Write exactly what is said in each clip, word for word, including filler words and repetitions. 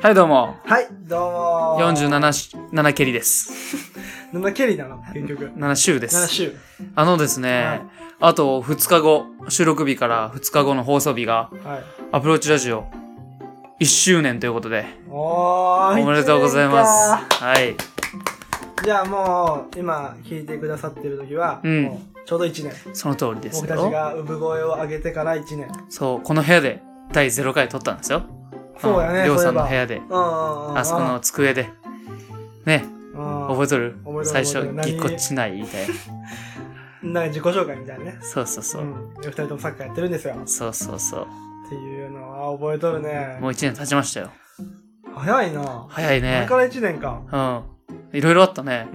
はいどうも。 はい、どうもー。 よんじゅうなな、なな蹴りです。 なな蹴りなの結局。 なな週です。 なな週。 あのですね、はい、あとふつかご、収録日からふつかごの放送日が、はい、アプローチラジオいっしゅうねんということで、 おー、 おめでとうございます。はい。 じゃあもう、今聞いてくださってる時は、うん、もうちょうどいちねん。 その通りですよ。 僕たちが産声を上げてからいちねん。 そう、この部屋でだいゼロかい撮ったんですよ。 そうやね。 りょうさんの部屋で。 うんうんうん、 あそこの机で。ね。覚えとる？最初、ぎこちないみたいな。なんか自己紹介みたいなね。 そうそうそう。 ふたりともサッカーやってるんですよ。 そうそうそう。 っていうのは覚えとるね。 もういちねん経ちましたよ。 早いな。 早いね。 これからいちねんか。 うん。いろいろあったね。 うん。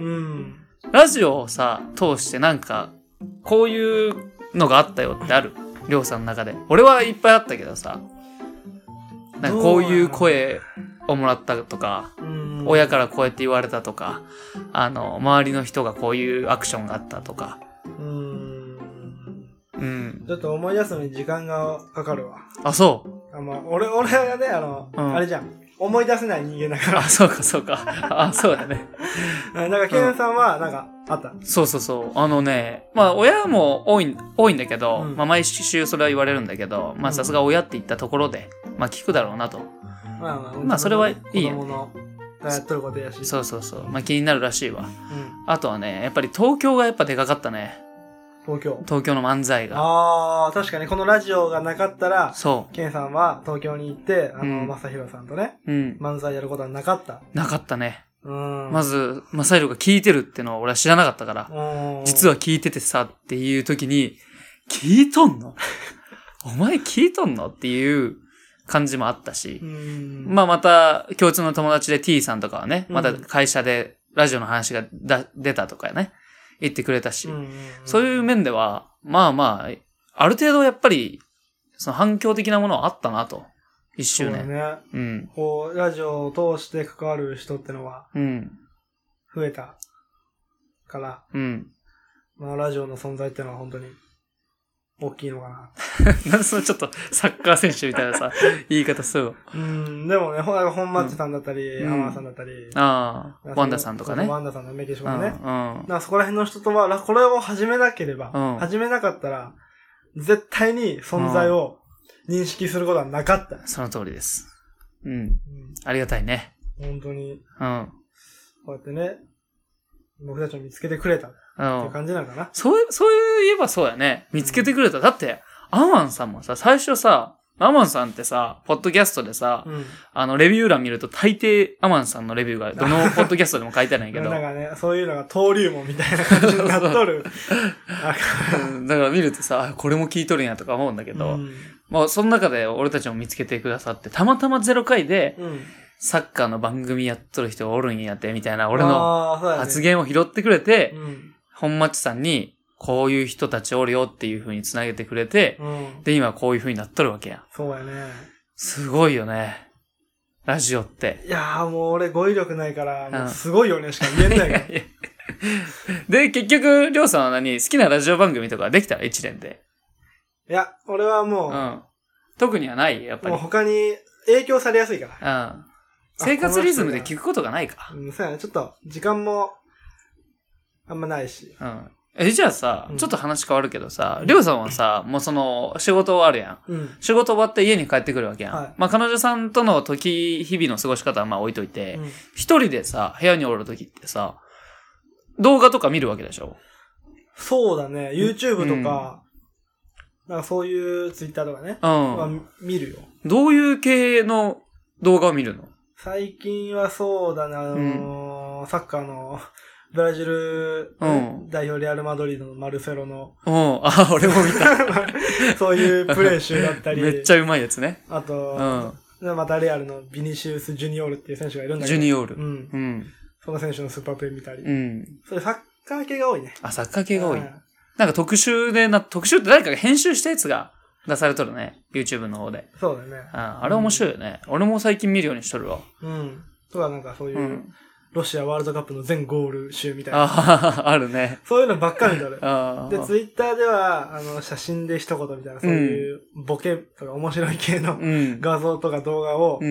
ラジオをさ、通してなんか、こういうのがあったよってある？りょうさんの中で。俺はいっぱいあったけどさ。なんかこういう声をもらったとか、親からこうやって言われたとか、あの、周りの人がこういうアクションがあったとか。 うーん。 うん。 ちょっと思い出すのに時間がかかるわ。 あ、そうあ、まあ、俺、俺はね、あの、うん、あれじゃん。思い出せない人間だから。 あ、そうか、そうか。あ、そうだね。 だから、ケンさんは、なんか、あった、うん、 そうそうそう。あのね、まあ、親も多い、多いんだけど、うん、まあ、毎週それは言われるんだけど、まあ、さすが親って言ったところで、まあ、聞くだろうなと。 まあ、まあ、 まあ、それはいいや。 子供のやっとることやし。 そうそうそう。まあ、気になるらしいわ。うん、あとはね、やっぱり東京がやっぱでかかったね。 東京東京の漫才が。 ああ、確かにこのラジオがなかったら、 そう。 ケンさんは東京に行って、あの、まさひろさんとね、うん、漫才やることはなかった。 なかったね。 うん、 まず、まさひろが聞いてるってのは俺は知らなかったから、実は聞いててさっていう時に、聞いとんのお前聞いとんのっていう感じもあったし、まあまた共通の友達で T さんとかはね、また会社でラジオの話がだ出たとかね、言ってくれたし、そういう面では、まあまあ、ある程度やっぱり、その反響的なものはあったなと。一周年。 そうだね。 うん。 こう、ラジオを通して関わる人ってのは、うん。増えた。から、うん。まあ、ラジオの存在ってのは本当に、大きいのかな。 なんでそのちょっとサッカー選手みたいなさ、言い方する。 うん、でもね、ほら、本町さんだったり、浜田さんだったり。 ああ、ワンダさんとかね。 ワンダさんのメキシコのね。うん。うん、そこら辺の人とは、これを始めなければ、うん、始めなかったら、絶対に存在を認識することはなかった。 その通りです。うん。うん、ありがたいね。 本当に。 うん。 こうやってね、僕たちを見つけてくれた。っていう感じなのかな。 そう、そう言えばそうやね。見つけてくれた。うん、だって、アマンさんもさ、最初さ、アマンさんってさ、ポッドキャストでさ、うん、あの、レビュー欄見ると大抵アマンさんのレビューがどのポッドキャストでも書いてないけど。 なんかね、そういうのが登竜門みたいな感じになっとる。 だから見るとさ、これも聞いとるんやとか思うんだけど、うん、もうその中で俺たちも見つけてくださって、たまたまゼロかいで、うんサッカーの番組やっとる人がおるんやって、みたいな俺の発言を拾ってくれて、ねうん、本町さんにこういう人たちおるよっていう風に繋げてくれて、うん、で、今こういう風になっとるわけや。 そうやね。 すごいよね。ラジオって。 いやーもう俺語彙力ないから、もうすごいよねしか言えないから。 で、結局、りょうさんは何好きなラジオ番組とかできたら一年で。 いや、俺はもう、うん、 特にはないやっぱり。 もう他に影響されやすいから。 うん生活リズムで聞くことがないか。 うん、そうやね。ちょっと、時間も、あんまないし。 うん。え、じゃあさ、うん、ちょっと話変わるけどさ、りょうさんはさ、もうその、仕事あるやん。うん、仕事終わって家に帰ってくるわけやん。はい、まあ彼女さんとの時、日々の過ごし方はまあ置いといて、一、うん、人でさ、部屋におる時ってさ、動画とか見るわけでしょ？ そうだね。YouTube とか、うん、なんかそういう Twitter とかね。うん。まあ、見るよ。 どういう系の動画を見るの？ 最近はそうだな、あのーうん、サッカーのブラジル、うん、代表レアルマドリードのマルセロの。 うん。あ、俺も見た。 そういうプレー集だったり。 めっちゃうまいやつね。 あと、うん、またレアルのビニシウス・ジュニオールっていう選手がいるんだけど。 ジュニオール。 うん。うん。その選手のスーパープレー見たり。 うん。 それサッカー系が多いね。 あ、サッカー系が多い。なんか特集でな、特集って誰かが編集したやつが、出されとるね。YouTube の方で。 そうだね。 うん。あれ面白いよね。うん、俺も最近見るようにしとるわ。 うん。とかなんかそういう、うん、ロシアワールドカップの全ゴール集みたいな。 ああ、あるね。 そういうのばっかりだね。で、ツイッターでは、あの、写真で一言みたいな、そういうボケとか面白い系の画像とか動画を、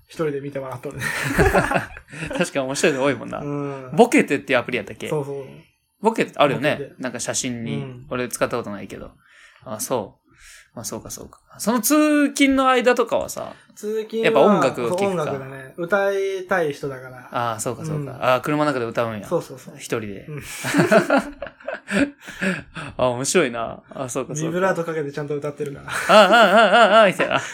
一人で見てもらっとるね。 確かに面白いの多いもんな。 うん。 ボケてっていうアプリやったっけ？ そうそう。 ボケてあるよね。なんか写真に、うん。俺使ったことないけど。あ、そう。まあそうかそうか。その通勤の間とかはさ、 通勤はやっぱ音楽を聴くか。 音楽だね。歌いたい人だから。 ああ、そうかそうか。うん、ああ、車の中で歌うんや。 そうそうそう。 一人で。うん、あ、面白いな。あ、そうかそうか。 ビブラートかけてちゃんと歌ってるから。ああ、ああ、ああ、ああ、みたいな。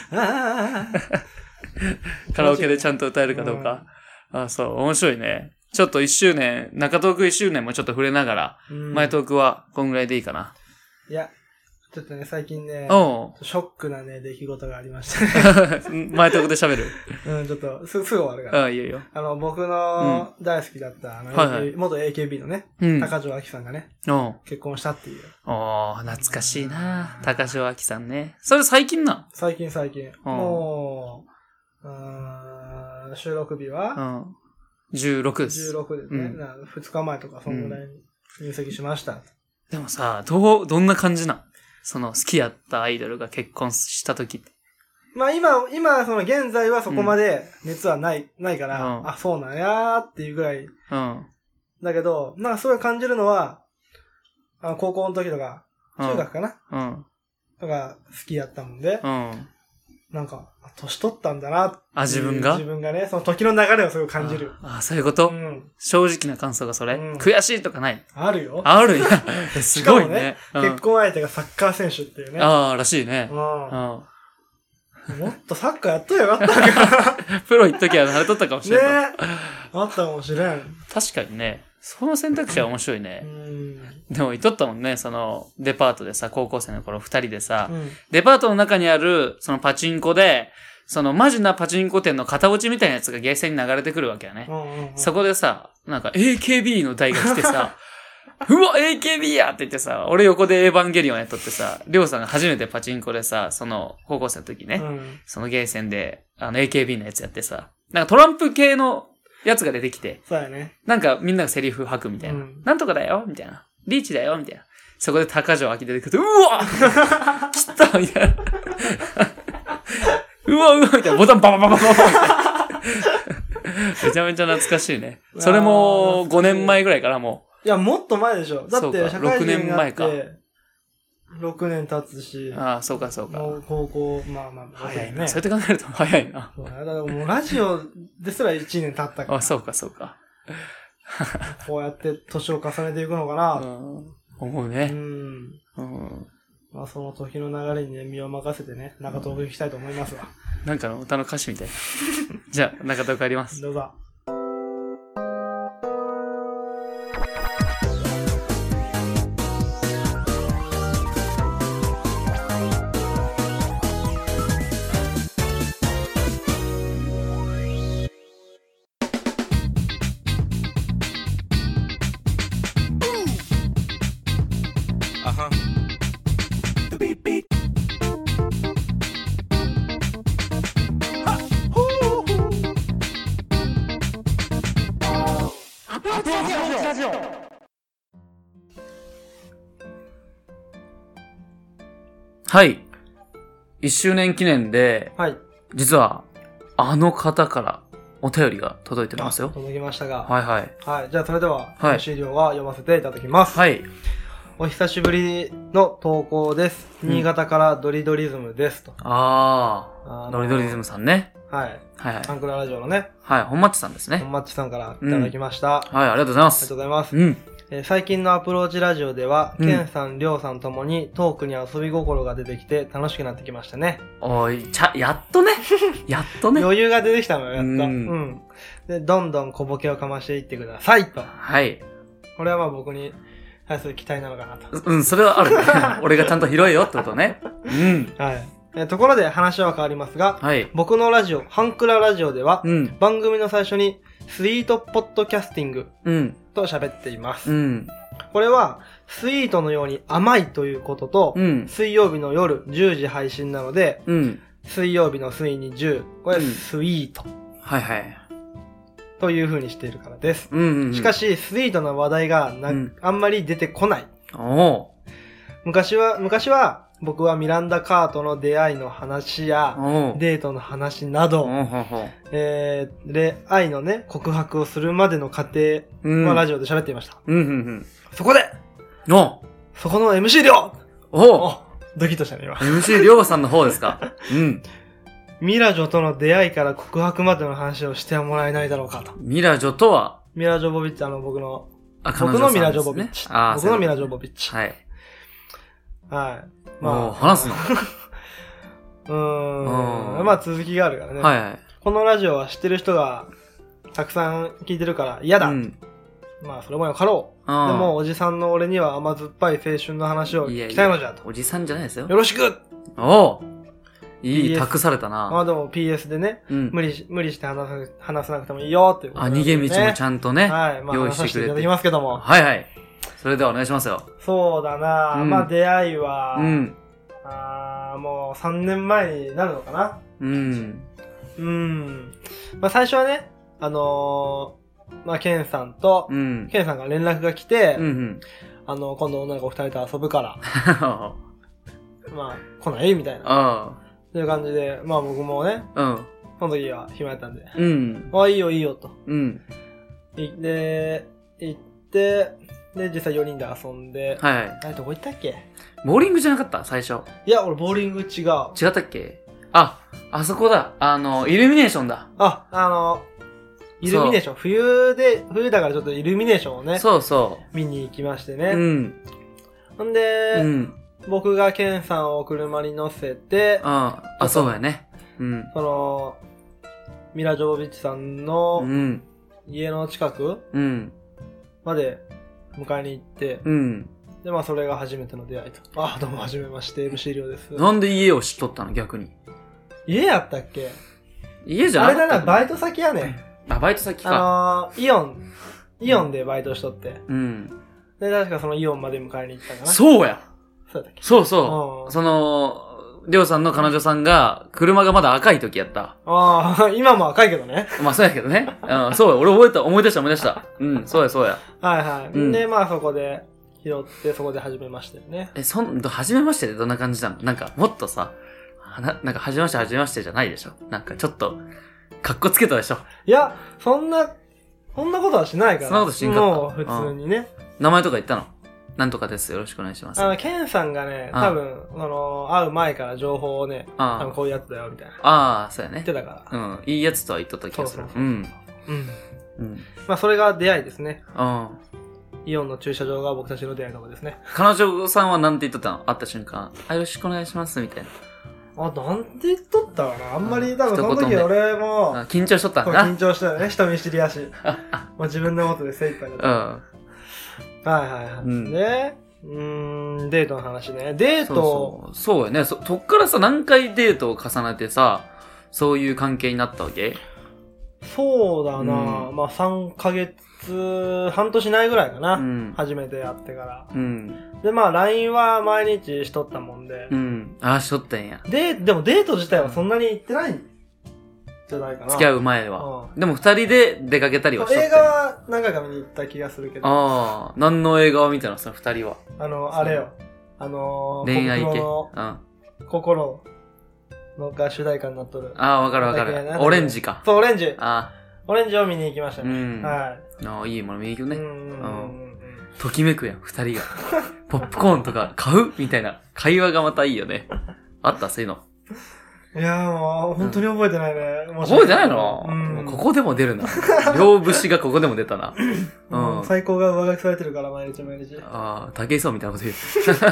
カラオケでちゃんと歌えるかどうか。うん、あ、そう、面白いね。ちょっと一周年、中トーク一周年もちょっと触れながら、うん、前トークはこんぐらいでいいかな。 いや、ちょっとね、最近ね、ショックなね、出来事がありましたね。 前トークで喋る。 うん、ちょっと、す、すぐ終わるから。 ああ、いいよいいよ。 あの、僕の大好きだった、あの、はいはい、元 エーケービー のね、うん、高城亜希さんがね、結婚したっていう。 おー、懐かしいな高城亜希さんね。それ最近な最近最近。もう、うーん、収録日は、うん、 じゅうろくです。 じゅうろくですね。うん、ふつかまえとか、そのぐらいに入籍しました。うん、 でもさ、どう、どんな感じなんその好きやったアイドルが結婚した時って。 まあ今、今、その現在はそこまで熱はない、うん、ないから、うん、あ、そうなんやーっていうぐらい。うん。だけど、なんかすごい感じるのは、あの高校の時とか、中学かな、うん、うん。とか好きやったもんで、うん。なんか、年取ったんだなって。 あ、自分が自分がね、その時の流れをすごい感じる。 ああ、そういうこと、うん、正直な感想がそれ、うん、悔しいとかないあるよ。 あるよ。すごいね。 ねうん、結婚相手がサッカー選手っていうね。 ああ、らしいね。うん。 もっとサッカーやっとやがったんか。 プロ行っときゃ慣れとったかもしれない。 ねあったかもしれん。 確かにね。その選択肢は面白いね。うん、でも、いとったもんね、その、デパートでさ、高校生の頃二人でさ、うん、デパートの中にある、そのパチンコで、そのマジなパチンコ店の片落ちみたいなやつがゲーセンに流れてくるわけよね。うんうんうん、そこでさ、なんか エーケービー の台が来てさ、うわ エーケービー やって言ってさ、俺横でエヴァンゲリオンやっとってさ、りょうさんが初めてパチンコでさ、その高校生の時ね、うん、そのゲーセンで、あの エーケービー のやつやってさ、なんかトランプ系のやつが出てきて、 そうやね。 なんかみんながセリフ吐くみたいな。うん、なんとかだよみたいな。リーチだよみたいな。そこで高城亜希出てくると、うわ来たみたいな。うわうわみたいな。ボタンババババババみたいな。めちゃめちゃ懐かしいね。それもごねんまえぐらいからもう。いや、もっと前でしょ。だって社会人になってろくねん経つし。 ああ、そうかそうか。 もう高校、まあまあ、 早いね。そうやって考えると早いな。 そうだからもうラジオですらいちねん経ったから。 あ、そうかそうか。 こうやって年を重ねていくのかな。うん、 思うね。うん。 うん。まあその時の流れにね、身を任せてね、中東区行きたいと思いますわ。 なんかの歌の歌詞みたいな。じゃあ、中東区帰ります。 どうぞ。 はい。一周年記念で、はい。実は、あの方からお便りが届いてますよ。 届きましたが。 はいはい。 はい。じゃあそれでは、はい。資料は読ませていただきます。 はい。 お久しぶりの投稿です。うん、新潟からドリドリズムですと。 ああ。ドリドリズムさんね。 はい。はいはい。アンクララジオのね。 はい。本町さんですね。 本町さんからいただきました、 うん。はい。ありがとうございます。 ありがとうございます。うん。えー、最近のアプローチラジオでは、うん、ケンさん、リョウさんともにトークに遊び心が出てきて楽しくなってきましたね。 おい、ちゃ、やっとね。やっとね。 余裕が出てきたのよ、やっと。うん。うん。で、どんどん小ボケをかましていってくださいと。 はい。 これはまあ僕に対する期待なのかなと。 うん、それはあるね。俺がちゃんと拾えよってことね。うん。 はい。えー、ところで話は変わりますが、はい、僕のラジオ、ハンクララジオでは、うん、番組の最初に、スイートポッドキャスティングと喋っています。うん、これは、スイートのように甘いということと、うん、水曜日の夜じゅうじ配信なので、うん、水曜日の水にじゅう、これスイート。うん、はいはい。という風にしているからです。うんうんうん、しかし、スイートな話題がな、うん、あんまり出てこない。お昔は、昔は、 僕はミランダ・カーとの出会いの話や、デートの話など、えー、で、愛のね、告白をするまでの過程はラジオで喋っていました。 うんうんうん、 そこでおそこの エムシー 量おおドキッとしたね、今。 エムシー 量さんの方ですかうん。 ミラジョとの出会いから告白までの話をしてもらえないだろうかと。 ミラジョとはミラジョボビッチ、あの、僕の、 あ、 僕のミラジョボビッチ。 あ僕のミラジョボビッチ。 はい。 はい。 まあ、話すのうーん。まあ、続きがあるからね。 はいはい。 このラジオは知ってる人がたくさん聞いてるから嫌だ。うん、まあ、それもよかろう。でも、おじさんの俺には甘酸っぱい青春の話を聞きたいのじゃと。いやいやおじさんじゃないですよ。 よろしくおういい、託されたな。 まあでも ピーエス でね、うん、無理し、無理して話さ、話さなくてもいいよっていうことで、ね。あ、 逃げ道もちゃんとね、 はい、まあ、用意してくれて。話させていただきますけども。 はいはい。それではお願いしますよ。 そうだな、うん、まあ出会いは、うん、あもうさんねんまえになるのかな。うん。うん。まあ最初はね、あのー、まあケンさんと、うん、ケンさんが連絡が来て、うんうん、あの、今度女の子二人と遊ぶから、まあ来ないみたいな。あという感じで、まあ僕もね、うん。その時は暇やったんで、うん。あ、いいよいいよと。うん。で、行って、で、実際よにんで遊んで、はい。あれどこ行ったっけ？ ボーリングじゃなかった最初。 いや、俺ボーリング違う。 違ったっけ？あ、あそこだ。あの、イルミネーションだ。 あ、あの、イルミネーション。冬で、冬だからちょっとイルミネーションをね。 そうそう。 見に行きましてね。うん。ほんで、うん。僕がケンさんを車に乗せて、 ああ、そうやね。うん。 その、ミラ・ジョボビッチさんの家の近くまで迎えに行って、うん。で、まあそれが初めての出会いと。あ、どうもはじめまして、エムシー 量です。 なんで家を知っとったの逆に。 家やったっけ？ 家じゃなかったっけ？ あれだな、バイト先やね。 あ、バイト先か。 あのー、イオン、イオンでバイトしとって。うん。で、確かそのイオンまで迎えに行ったかな。 そうやそうだっけ？ そうそう。その、りょうさんの彼女さんが、車がまだ赤い時やった。 ああ、今も赤いけどね。 まあそうやけどね。うん、そうや。俺覚えた、思い出した思い出した。うん、そうやそうや。 はいはい。うん、で、まあそこで拾って、そこで始めましたよね。 え、そん、初めましてでどんな感じなの？なんか、もっとさ、な、なんか、初めまして初めましてじゃないでしょ。なんか、ちょっと、かっこつけたでしょ。 いや、そんな、そんなことはしないから。 そんなことしんかった。 もう、普通にね。 名前とか言ったの？なんとかです。よろしくお願いします。 あの、ケンさんがね、多分、その、会う前から情報をね、多分こういうやつだよ、みたいな。 ああ、そうやね。 言ってたから。 うん。いいやつとは言っとった気がする。そうそうそう。うん。うん。 うん。まあ、それが出会いですね。うん。イオンの駐車場が僕たちの出会いのとこですね。 彼女さんはなんて言っとったの？会った瞬間。あ、よろしくお願いします、みたいな。 あ、なんて言っとったかな？あんまり、多分その時俺も、 緊張しとったんだな。 緊張したよね。人見知りやし。まあ自分のことで精一杯だった。うん。はいはいはい。うん、で、うーん、デートの話ね。デート。 そうそう。そうやね。そ、そっからさ、何回デートを重ねてさ、そういう関係になったわけ？ そうだな、うん、まあさんかげつ、半年ないぐらいかな。うん、初めて会ってから。うん。で、まあ ライン は毎日しとったもんで。 うん。ああ、しとったんや。 で、でもデート自体はそんなに行ってないんじゃないかな。 付き合う前は。うん、でも二人で出かけたりはしとった。 映画は何回か見に行った気がするけど。 ああ、何の映画を見たのさ、二人は。 あの、あれよ。あのー、恋愛系。 うん。心のが主題歌になっとる。 ああ、わかるわかる。オレンジか。 そう、オレンジ。ああ。オレンジを見に行きましたね。うん、はい。 ああ、いいもの見に行くね。うん。ときめくやん、二人が。ポップコーンとか買うみたいな会話がまたいいよね。あったそういうの。 いやーもう、本当に覚えてないね。 うん、覚えてないの、うん、ここでも出るな。両節がここでも出たな。 うん、最高が上書きされてるから、毎日毎日。 ああ、竹井壮みたいなこと言う。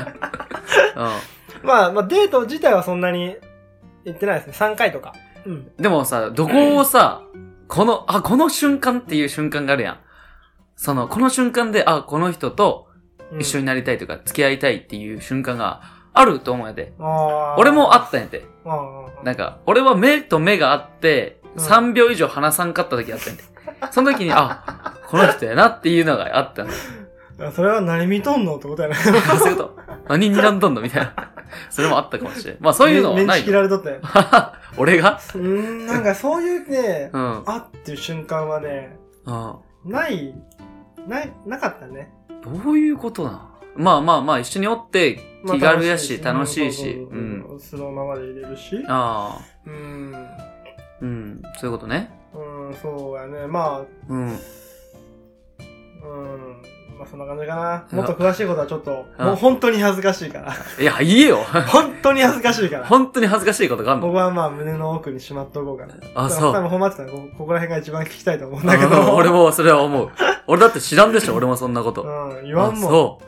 うん、まあ、まあ、デート自体はそんなに行ってないですね。さんかいとか。 うん。でもさ、どこをさ、この、あ、この瞬間っていう瞬間があるやん。その、この瞬間で、あ、この人と一緒になりたいとか、付き合いたいっていう瞬間があると思うんやで。俺もあったんやて。なんか、俺は目と目があって、さんびょう以上話さんかった時あったんやて。その時に、あ、この人やなっていうのがあったんだ。それは何見とんのってことやね。 そういうこと。何睨んどんのみたいな。それもあったかもしれん。まあそういうのはない。 メンチ切られとったよ。 俺がうん、なんかそういうね、うん、あっていう瞬間はね、うん、ない、ない、なかったね。 どういうことなの？まあまあまあ一緒におって気軽やし、楽しいし。 うん。そのままで入れるし。 ああ。 うん。 うん。そういうことね。 うん、そうやね。まあ。うん。うん。まあそんな感じかな。もっと詳しいことはちょっと、もう本当に恥ずかしいから。 いや、言えよ。 本当に恥ずかしいから。 本当に恥ずかしいことがあるの？ 僕はまあ胸の奥にしまっとこうかな。 あ、そう。 多分本番ってたらここら辺が一番聞きたいと思うんだけど。 俺もそれは思う。俺だって知らんでしょ、俺もそんなこと。 うん、言わんもん。 そう。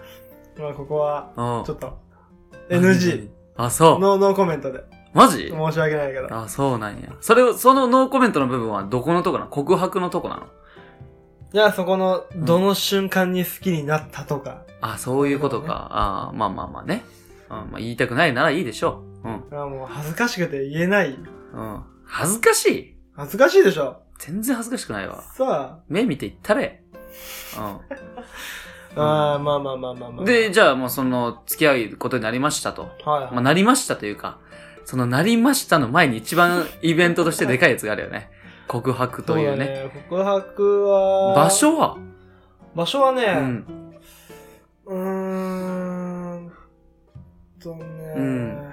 まあここは、ちょっと、エヌジー。 あ、そう。 ノー、ノーコメントで。 マジ？ 申し訳ないけど。 あ、そうなんや。それを、そのノーコメントの部分はどこのとこなの？告白のとこなの？ いや、そこの、どの瞬間に好きになったとか。 うん、あ、そういうことか。ね、ああ、まあまあまあね。うん、まあ言いたくないならいいでしょう。うん。 あもう恥ずかしくて言えない。 うん。恥ずかしい？ 恥ずかしいでしょ。 全然恥ずかしくないわ。 さあ。 目見て言ったれ。うん。 ああ、まあまあまあまあまあ。 で、じゃあもうその、付き合うことになりましたと。はい、はい。まあなりましたというか、そのなりましたの前に一番イベントとしてでかいやつがあるよね。告白というね。そうだね。 告白は。 場所は場所はね、うん。うーんとね、うん。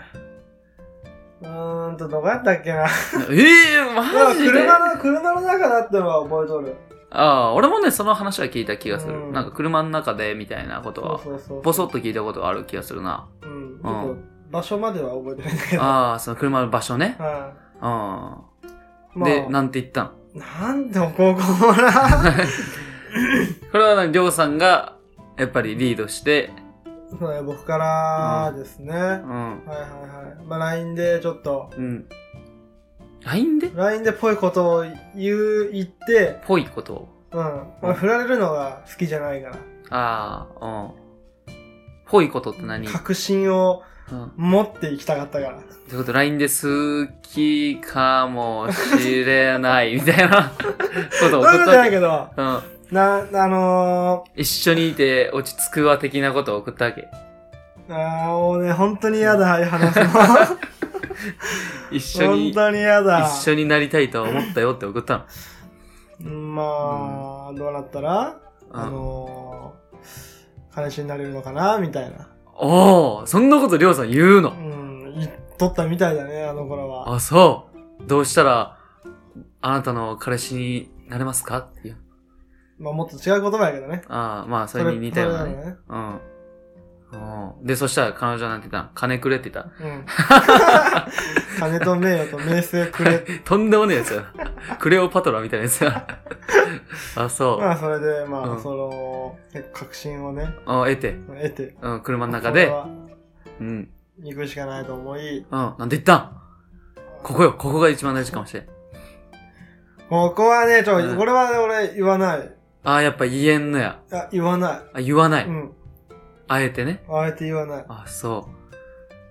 うーんと、どこやったっけな。 ええー、マジで車の、車の中だったのは覚えとる。 ああ、俺もね、その話は聞いた気がする。うん、なんか車の中でみたいなことは、ボソッと聞いたことがある気がするな。 うん。うん、場所までは覚えてないんだけど。 ああ、その車の場所ね。 はい、 あ。うん。で、まあ、なんて言ったの？ なんでここなこれはりょうさんが、やっぱりリードして、 そうね、僕からですね。うん。はいはいはい。まあ ライン でちょっと。 うん。ライン で ?ライン でぽいことを言う、言って。 ぽいことをうん。まあ、振られるのが好きじゃないから。 ああ、うん。ぽいことって何？ 確信を持っていきたかったから。ということ、ライン で好きかもしれないみたいなことを送ったわけ。 そういうことじゃないけど。 うん。 な、あのー、一緒にいて落ち着くわ的なことを送ったわけ。 ああ、もうね、本当に嫌だ、話すの。 一緒に、 本当に嫌だ。 一緒になりたいと思ったよって送ったの。まあ、うん、どうなったら、あのー、彼氏になれるのかなみたいな。 おー、そんなことりょうさん言うの？ うん、言っとったみたいだね、あの頃は。 あ、そう。どうしたら、あなたの彼氏になれますかっていう。 まあもっと違う言葉やけどね。 ああ、まあそれに似たようなね。ねうん。で、そしたら彼女なんて言ったの？金くれって言ったの？うん。 金と名誉と名声くれ。 とんでもねえやつや。クレオパトラみたいなやつや。あ、そう。 まあそれで、まあ、うん、その、確信をね。 あ得て。 得て。 うん、車の中で。うん。 行くしかないと思い。 うん。なんで言ったん？ここよ。ここが一番大事かもしれん。 ここはね、ちょ、うん、これはね、俺言わない。 ああ、やっぱ言えんのや。 あ、言わない。 あ、言わない。 うん。 あえてね。 あえて言わない。 あ、そう。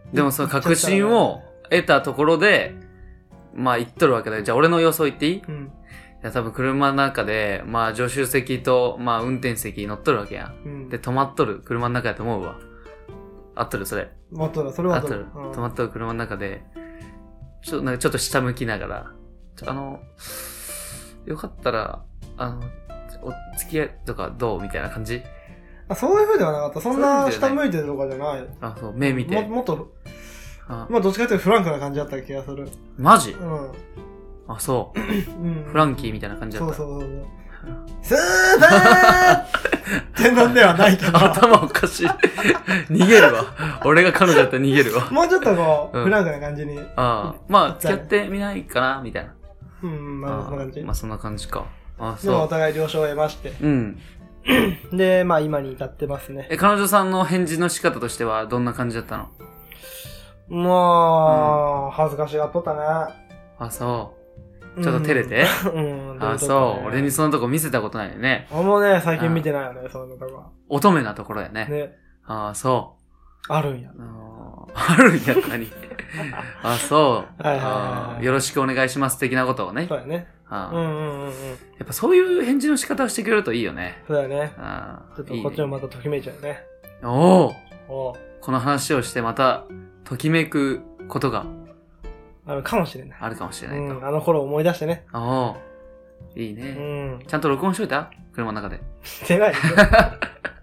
でもその確信を得たところで、まあ言っとるわけだよ。じゃあ俺の予想言っていい？うん。いや多分車の中で、まあ助手席と、まあ運転席に乗っとるわけや。うん。で、止まっとる車の中やと思うわ。合っとるそれ。 合っとる、それは合っとる。合っとる。止まっとる車の中で、ちょっとなんかちょっと下向きながら、ちょあの、よかったら、あの、お付き合いとかどうみたいな感じ？ あ、そういう風ではなかった。そんな下向いてるとかじゃない。 あ、そう、目見て。 も、もっと、あまあどっちかというとフランクな感じだった気がする。 マジ？ うん。 あ、そう。うん、フランキーみたいな感じだった。 そうそうそうそう。スーパーってなんではないけど。 頭おかしい。逃げるわ。俺が彼女だったら逃げるわ。 もうちょっとこう、うん、フランクな感じに。 ああ。まあ、付き合ってみないかなみたいな。 うん、まあそんな感じ。 まあそんな感じか。あ、 そう。でもお互い了承を得まして。 うん。 で、まあ今に至ってますね。 え、彼女さんの返事の仕方としてはどんな感じだったの？ まあ、うん、恥ずかしがっとったね。 あ、そう。ちょっと照れて？ うん。うん、 あ、そう。俺にそのとこ見せたことないよね。 俺もね、最近見てないよね、そのとこ。 乙女なところやね。 ね。 あ、そう。 あるんや。 あるんや、何？あ、そう。 はいはいはい。 よろしくお願いします的なことをね。 そうやね。 あうんうんうんうん。やっぱそういう返事の仕方をしてくれるといいよね。 そうだよね。 あちょっとこっちもまたときめいちゃうね。 おおおこの話をしてまたときめくことがあるかもしれない。 あるかもしれないと。 うん、あの頃思い出してね。 おおいいね。 うん。 ちゃんと録音しといた？車の中で。 してない。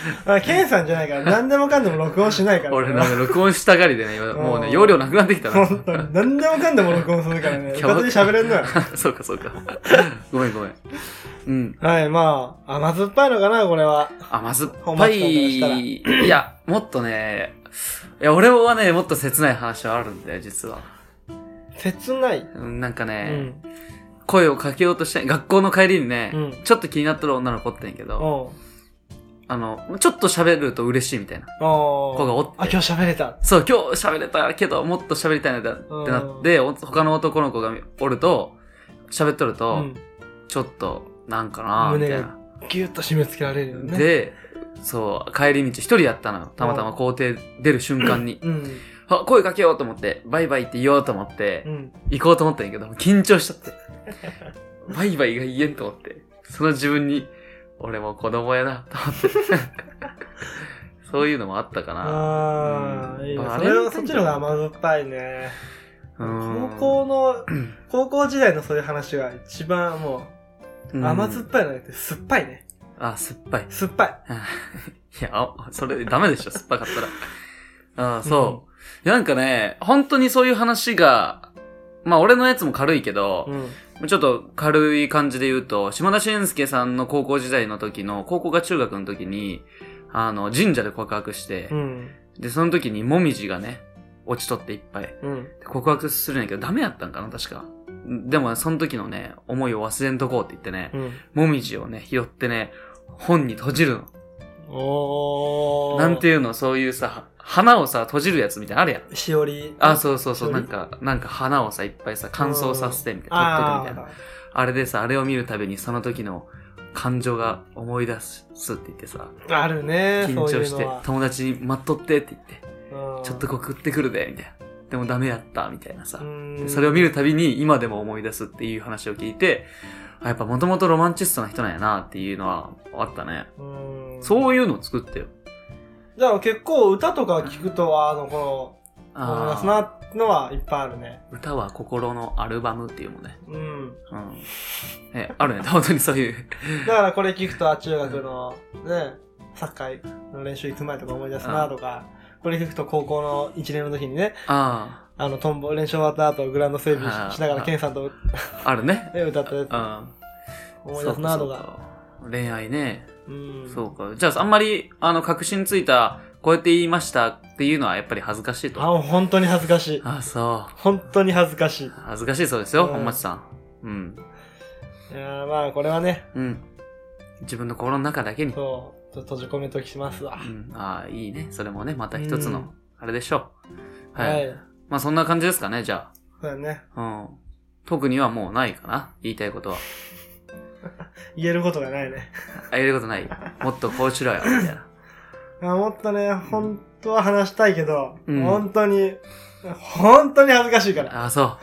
あ、ケンさんじゃないから、何でもかんでも録音しないから。 俺なんか録音したがりでね、今もうね、容量なくなってきたな。 本当に。何でもかんでも録音するからね。勝手に喋れんのよ。 そうかそうか。ごめんごめん。うん。 はい、まあ、甘酸っぱいのかな、これは。 甘酸っぱい。いや、もっとね、いや、俺はね、もっと切ない話はあるんだよ、実は。 切ない？ なんかね、うん、声をかけようとして、学校の帰りにね、うん、ちょっと気になってる女の子おってんけど、あの、ちょっと喋ると嬉しいみたいな子がおって。 あ、今日喋れた。 そう、今日喋れたけど、もっと喋りたいなってなって、他の男の子がおると、喋っとると、うん、ちょっと、なんかなみたいな。 胸がギュッと締め付けられるよね。 で、そう、帰り道一人やったのよ。たまたま校庭出る瞬間に。うんうん、あ、声かけようと思って、バイバイって言おうと思って、うん、行こうと思ったんやけど、緊張しちゃって。バイバイが言えんと思って。その自分に、俺も子供やな、と思って。そういうのもあったかな。 ああ、いいね。まあ、それはそっちの方が甘酸っぱいね。高校の、高校時代のそういう話が一番もう、甘酸っぱいのじゃなくて酸っぱいね。 あ、酸っぱい。 酸っぱい。 いや、それダメでしょ、酸っぱかったら。ああ、そう。いや、なんかね、本当にそういう話が、まあ俺のやつも軽いけど、うん、ちょっと軽い感じで言うと、島田紳介さんの高校時代の時の、高校が中学の時に、あの、神社で告白して、うん、で、その時にもみじがね、落ちとっていっぱい。うん、告白するんやけど、ダメやったんかな、確か。でも、その時のね、思いを忘れんとこうって言ってね、うん、もみじをね、拾ってね、本に閉じるの。おー。なんていうの、そういうさ、花をさ、閉じるやつみたいなあるやん。 しおり。 あ、そうそうそう、なんか、なんか花をさ、いっぱいさ、乾燥させてみたいな、取ってくみたいな。あ, あれでさ、あれを見るたびにその時の感情が思い出すって言ってさ。 あるね、 緊張して、友達に待っとってって言って、ちょっと告ってくるで、みたいな。でもダメやった、みたいなさ。それを見るたびに今でも思い出すっていう話を聞いて、やっぱもともとロマンチストな人なんやなっていうのはあったね。うん、そういうのを作ってよ。 じゃあ結構歌とか聞くと、あの、この、思い出すなのはいっぱいあるね。 歌は心のアルバムっていうもんね。うん。うん。え、あるね。本当にそういう。 だからこれ聞くと、中学のね、サッカーの練習行く前とか思い出すなとか、これ聞くと高校のいちねんの時にね、ああ。あの、トンボ、練習終わった後、グラウンド整備しながら、ケンさんと、 あるね。 歌ったやつ。思い出すなとか。 恋愛ね。うん。そうか。じゃあ、あんまり、あの、確信ついた、こうやって言いましたっていうのはやっぱり恥ずかしいと。 あ、本当に恥ずかしい。 あ、そう。 本当に恥ずかしい。 恥ずかしいそうですよ、うん、本町さん。うん。 いやまあ、これはね。 うん。自分の心の中だけに。 そう。閉じ込めときますわ。 うん。ああ、いいね。それもね、また一つの、あれでしょう。はい。はい、まあ、そんな感じですかね、じゃあ。 そうだね。 うん。特にはもうないかな、言いたいことは。 言えることがないね。 言えることない。もっとこうしろよ、みたいな。 あもっとね、本当は話したいけど、うん、本当に、本当に恥ずかしいから。 あ、そう。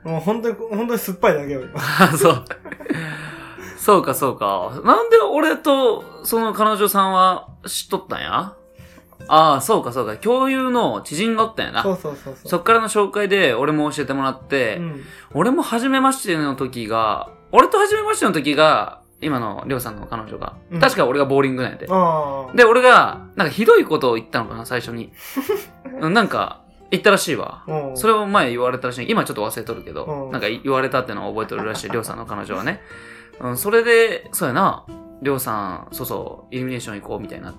もう本当に、本当に酸っぱいだけよ。 あ、そう。そうか、そうか。なんで俺と、その彼女さんは知っとったんや？ああ、そうか、そうか。共有の知人がおったんやな。 そうそうそうそう。 そっからの紹介で俺も教えてもらって、うん、俺も初めましての時が、俺と初めましての時が、今のりょうさんの彼女が、うん、確か俺がボーリングなんやで。で、俺が、なんかひどいことを言ったのかな、最初に。なんか、言ったらしいわ。それを前言われたらしい。今ちょっと忘れとるけど、なんか言われたってのを覚えとるらしい、りょうさんの彼女はね。うん、それで、そうやな、りょうさん、そうそう、イルミネーション行こうみたいになって、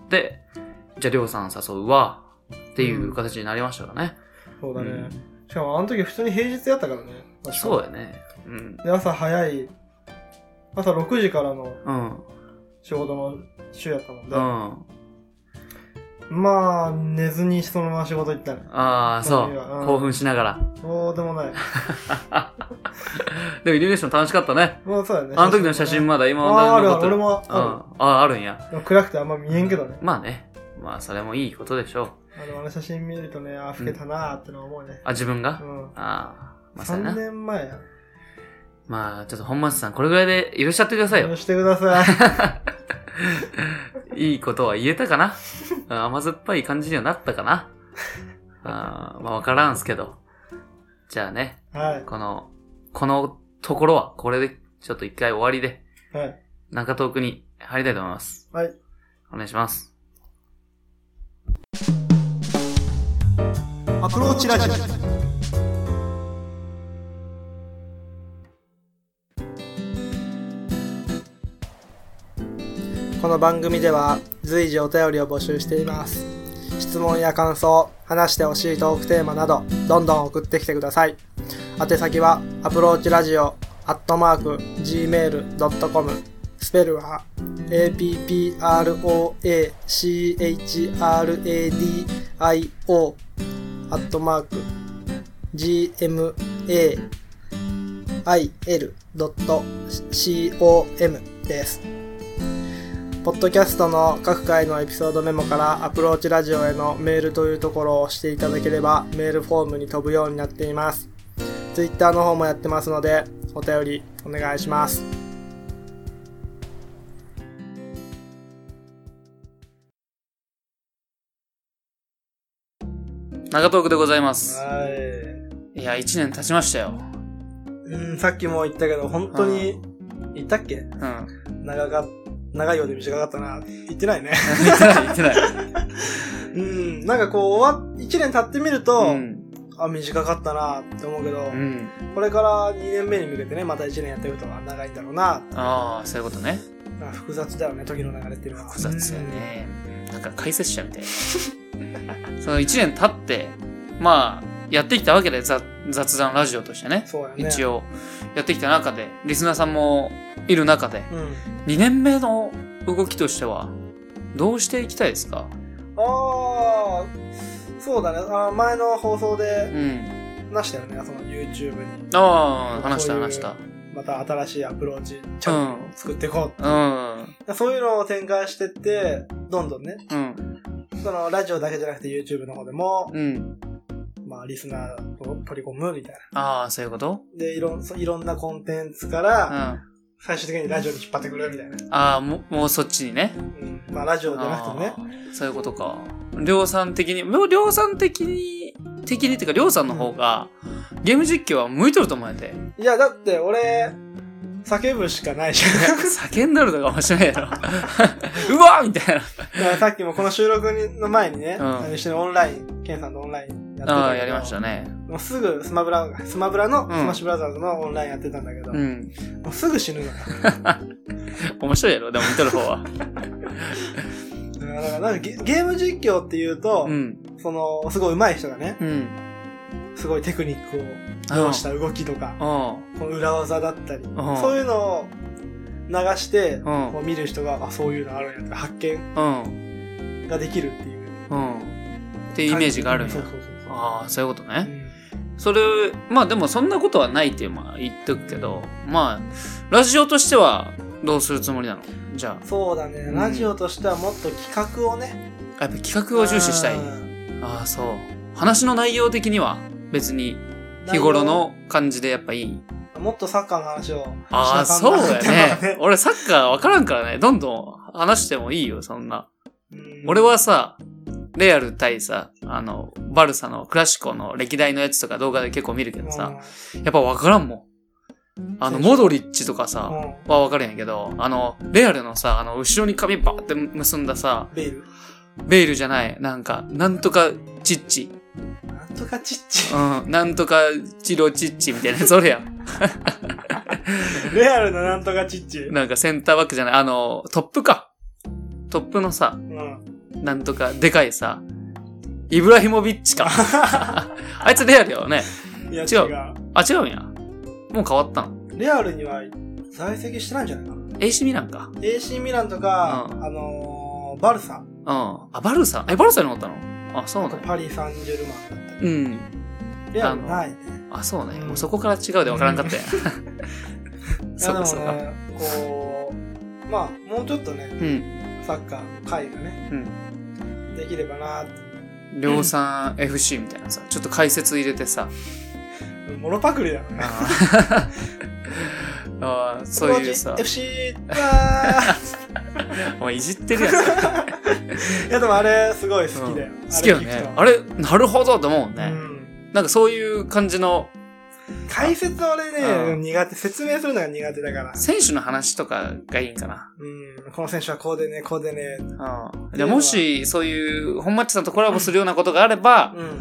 じゃありょうさん誘うわ、っていう形になりましたからね。 うん、そうだね、うん。しかもあの時普通に平日やったからね。 そうやね。うん。 で、朝早い、朝ろくじからの仕事の週やったもんで、うん、まあ寝ずにそのまま仕事行ったね。 ああ、そう、うん、興奮しながら。 そうでもない。 でもイルミネーション楽しかったね。 まあそうだね。 あの時の写真まだ今まだ残ってる。あるある、俺もある。 ああ、あるんや。 暗くてあんま見えんけどね。 まあね。まあそれもいいことでしょう。 あの、あの写真見るとね、あ、老けたなーってのは思うね。 うん、あ、自分が？ うん。 ああ、 まあさんねんまえや。 まあ、ちょっと本松さん、これぐらいで許しちゃってくださいよ。 許してください。いいことは言えたかな甘酸っぱい感じにはなったかなあまあ、わからんすけど。じゃあね。 はい。 この、このところは、これで、ちょっと一回終わりで。 はい。 中トークに入りたいと思います。 はい。 お願いします。 アプローチラジオ。この番組では随時お便りを募集しています。質問や感想、話してほしいトークテーマなどどんどん送ってきてください。宛先はアプローチラジオアットマーク ジーメールドットコム、 スペルは エーピーピーアールオーエーシーエイチアールエーディーアイオー アットマーク ジーエムエーアイエルドットコム です。ポッドキャストの各回のエピソードメモからアプローチラジオへのメールというところを押していただければメールフォームに飛ぶようになっています。ツイッターの方もやってますのでお便りお願いします。 長トークでございます。 はい。 いや、一年経ちましたよ。 うん、さっきも言ったけど、本当に、言ったっけ？うん。長か、長いようで短かったな。言ってないね。 言ってない、言ってない。 うん、なんかこう、終わっ、一年経ってみると、うん、あ、短かったなって思うけど、うん、これからにねんめに向けてね、またいちねんやってることは長いんだろうな。 ああ、そういうことね。 まあ、複雑だよね、時の流れっていうのは。 複雑だよね。うん、なんか解説者みたいな。そのいちねん経って、まあ、やってきたわけで、雑談ラジオとしてね。 そうやね。 一応、やってきた中で、リスナーさんもいる中で、うん、にねんめの動きとしては、どうしていきたいですか？ ああ、そうだね。あ、前の放送で、うん、話したよね、その YouTube に。 ああ、話した話した。 また新しいアプローチ、チャンネルを作っていこう、うんうん。そういうのを展開してって、どんどんね、うん、そのラジオだけじゃなくて YouTube の方でも、うん、まあリスナーを取り込むみたいな。 ああ、そういうこと？ で、いろん、いろんなコンテンツから、うん、最終的にラジオに引っ張ってくるみたいな。 ああ、も, もうそっちにね。 うん。まあラジオじゃなくてもね。 そういうことか。量産的に、量産的に、的にっていうか、量産の方が、うん、ゲーム実況は向いとると思うんやで。 いや、だって俺、叫ぶしかないじゃん。 叫んどるのが面白いやろ。うわーみたいな。だからさっきもこの収録の前にね、うん、一緒にオンライン、ケンさんとオンラインやってたけど。 ああ、やりましたね。 もうすぐスマブラ、スマブラの、スマッシュブラザーズのオンラインやってたんだけど、うん、もうすぐ死ぬのよ。 面白いやろ、でも見とる方は。 だからなんかゲ、ゲーム実況っていうと、うん、その、すごい上手い人がね、うん、すごいテクニックを要した動きとか、この裏技だったり、そういうのを流して、こう見る人が、あ、そういうのあるんやって発見ができるっていう。 うん、っていうイメージがあるんや。 そうそうそう。 ああ、そういうことね。うん、それ、まあでもそんなことはないっていうのは言っとくけど、まあ、ラジオとしてはどうするつもりなの？じゃあ。 そうだね。ラジオとしてはもっと企画をね。 やっぱ企画を重視したい。ああ、そう。話の内容的には別に日頃の感じでやっぱいい。 もっとサッカーの話を。 ああ、そうだよね。俺サッカーわからんからね。どんどん話してもいいよ、そんな。うん俺はさ、レアル対さ、あの、バルサのクラシコの歴代のやつとか動画で結構見るけどさ、やっぱわからんもん。あの、モドリッチとかさ、はわかるんやけど、あの、レアルのさ、あの、後ろに髪バーって結んださ、 ベールベールじゃない、なんか、なんとかチッチ。 なんとかチッチうん、なんとかチロチッチみたいな、それや。 レアルのなんとかチッチなんかセンターバックじゃない、あの、トップか。トップのさ、うん、なんとか、でかいさ、イブラヒモビッチか。あいつレアルよね。 いや、違う。 あ、違うんや。もう変わったの？ レアルには在籍してないんじゃないかな。 エーシー ミランか。 エーシー ミランとか、うん、あのー、バルサ。うん。 あ、バルサえ、バルサに乗ったの？あ、そうだね。 パリ・サンジェルマンだったり。うん。 レアルないね。 あ、そうね。うん、もうそこから違うで分からんかったやん。 そうかそうか。ね、こう、まあ、もうちょっとね、うん、サッカーの会がね、うん、できればなって。 量産 エフシー みたいなさ、ちょっと解説入れてさ。 モノパクリだよね。 ああ、そういうさ。 エフシー はお前いじってるやつ。 いやでもあれすごい好きだよ。 好きよね。あれ、なるほどと思うもんね。うん、なんかそういう感じの。 解説は俺ね、うん、苦手。説明するのが苦手だから。 選手の話とかがいいんかな。 うん。この選手はこうでね、こうでね。 うん。じゃあもし、そういう、本マッチさんとコラボするようなことがあれば、うん、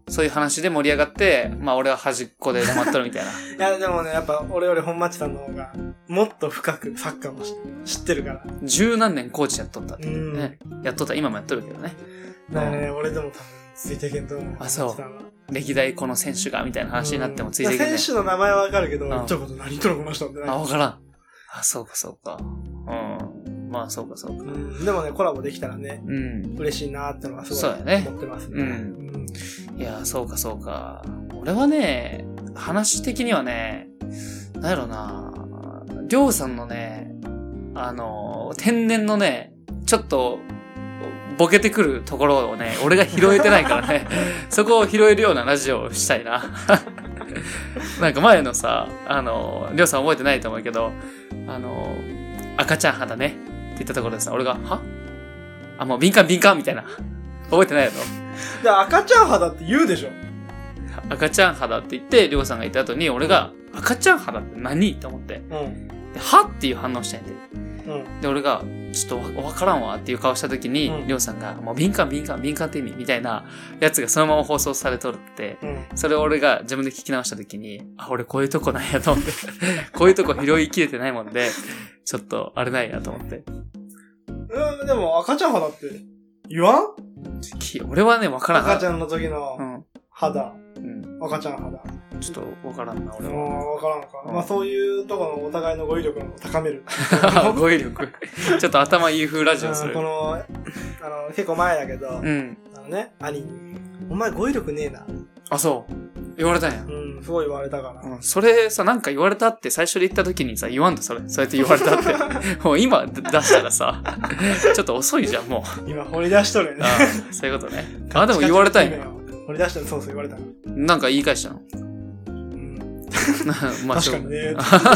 そういう話で盛り上がって、まあ俺は端っこで黙っとるみたいな。 いや、でもね、やっぱ俺より本町さんの方が、もっと深くサッカーも知ってるから。 十何年コーチやっとったっていうね。やっとった、今もやっとるけどね。 だからね、俺でも多分ついていけんと思う。 あ、そう。歴代この選手がみたいな話になってもついていけん、ね。 選手の名前はわかるけど、ちょっと何言っとるこの人って。 あ、わからん。あ、そうかそうか。うん。まあそうかそうか。うん、 でもね、コラボできたらね、うん、嬉しいなーってのはすごい思ってますね。 うん。いや、そうかそうか。俺はね、話的にはね、なんやろな、りょうさんのね、あの、天然のね、ちょっと、ボケてくるところをね、俺が拾えてないからね、そこを拾えるようなラジオをしたいな。なんか前のさ、あの、りょうさん覚えてないと思うけど、あの、赤ちゃん肌ね、って言ったところでさ、俺が、はあ、もう敏感敏感みたいな。覚えてないやろ？ じゃあ赤ちゃん肌って言うでしょ？ 赤ちゃん肌って言って、りょうさんが言った後に、俺が、赤ちゃん肌って何と思って。うん。で、はっていう反応したんやで。うん。で、俺が、ちょっとわからんわっていう顔した時に、りょうさんが、もう敏感敏感敏感って意味みたいなやつがそのまま放送されとるって、うん、それを俺が自分で聞き直した時に、あ、俺こういうとこなんやと思って、こういうとこ拾いきれてないもんで、ちょっとあれないやと思って。 うん、でも赤ちゃん肌って言わん？ 俺はね、わからん。 赤ちゃんの時の肌。うん、赤ちゃん肌。 ちょっとわからんな、俺は。 わからんか。うん、まあそういうところのお互いの語彙力を高める。 語彙力ちょっと頭いい風ラジオする。 この、あの、結構前だけど、うん、あのね、兄に、お前語彙力ねえな。 あ、そう。言われたんや。 うん、すごい言われたから。 うん、それさ、なんか言われたって最初で言った時にさ、言わんとそれ。そうやって言われたって。もう今出したらさ、ちょっと遅いじゃん、もう。今掘り出しとるよね。 あそういうことね。あ、でも言われたんや。 掘り出したらそうそう言われたの。 なんか言い返したの？ まあ、確かにね。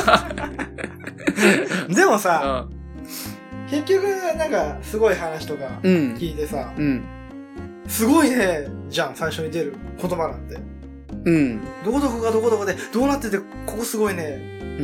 でもさ、うん、結局なんかすごい話とか聞いてさ、うん、すごいねじゃん最初に出る言葉なんて、うん、どこどこがどこどこでどうなっててここすごいね、うん、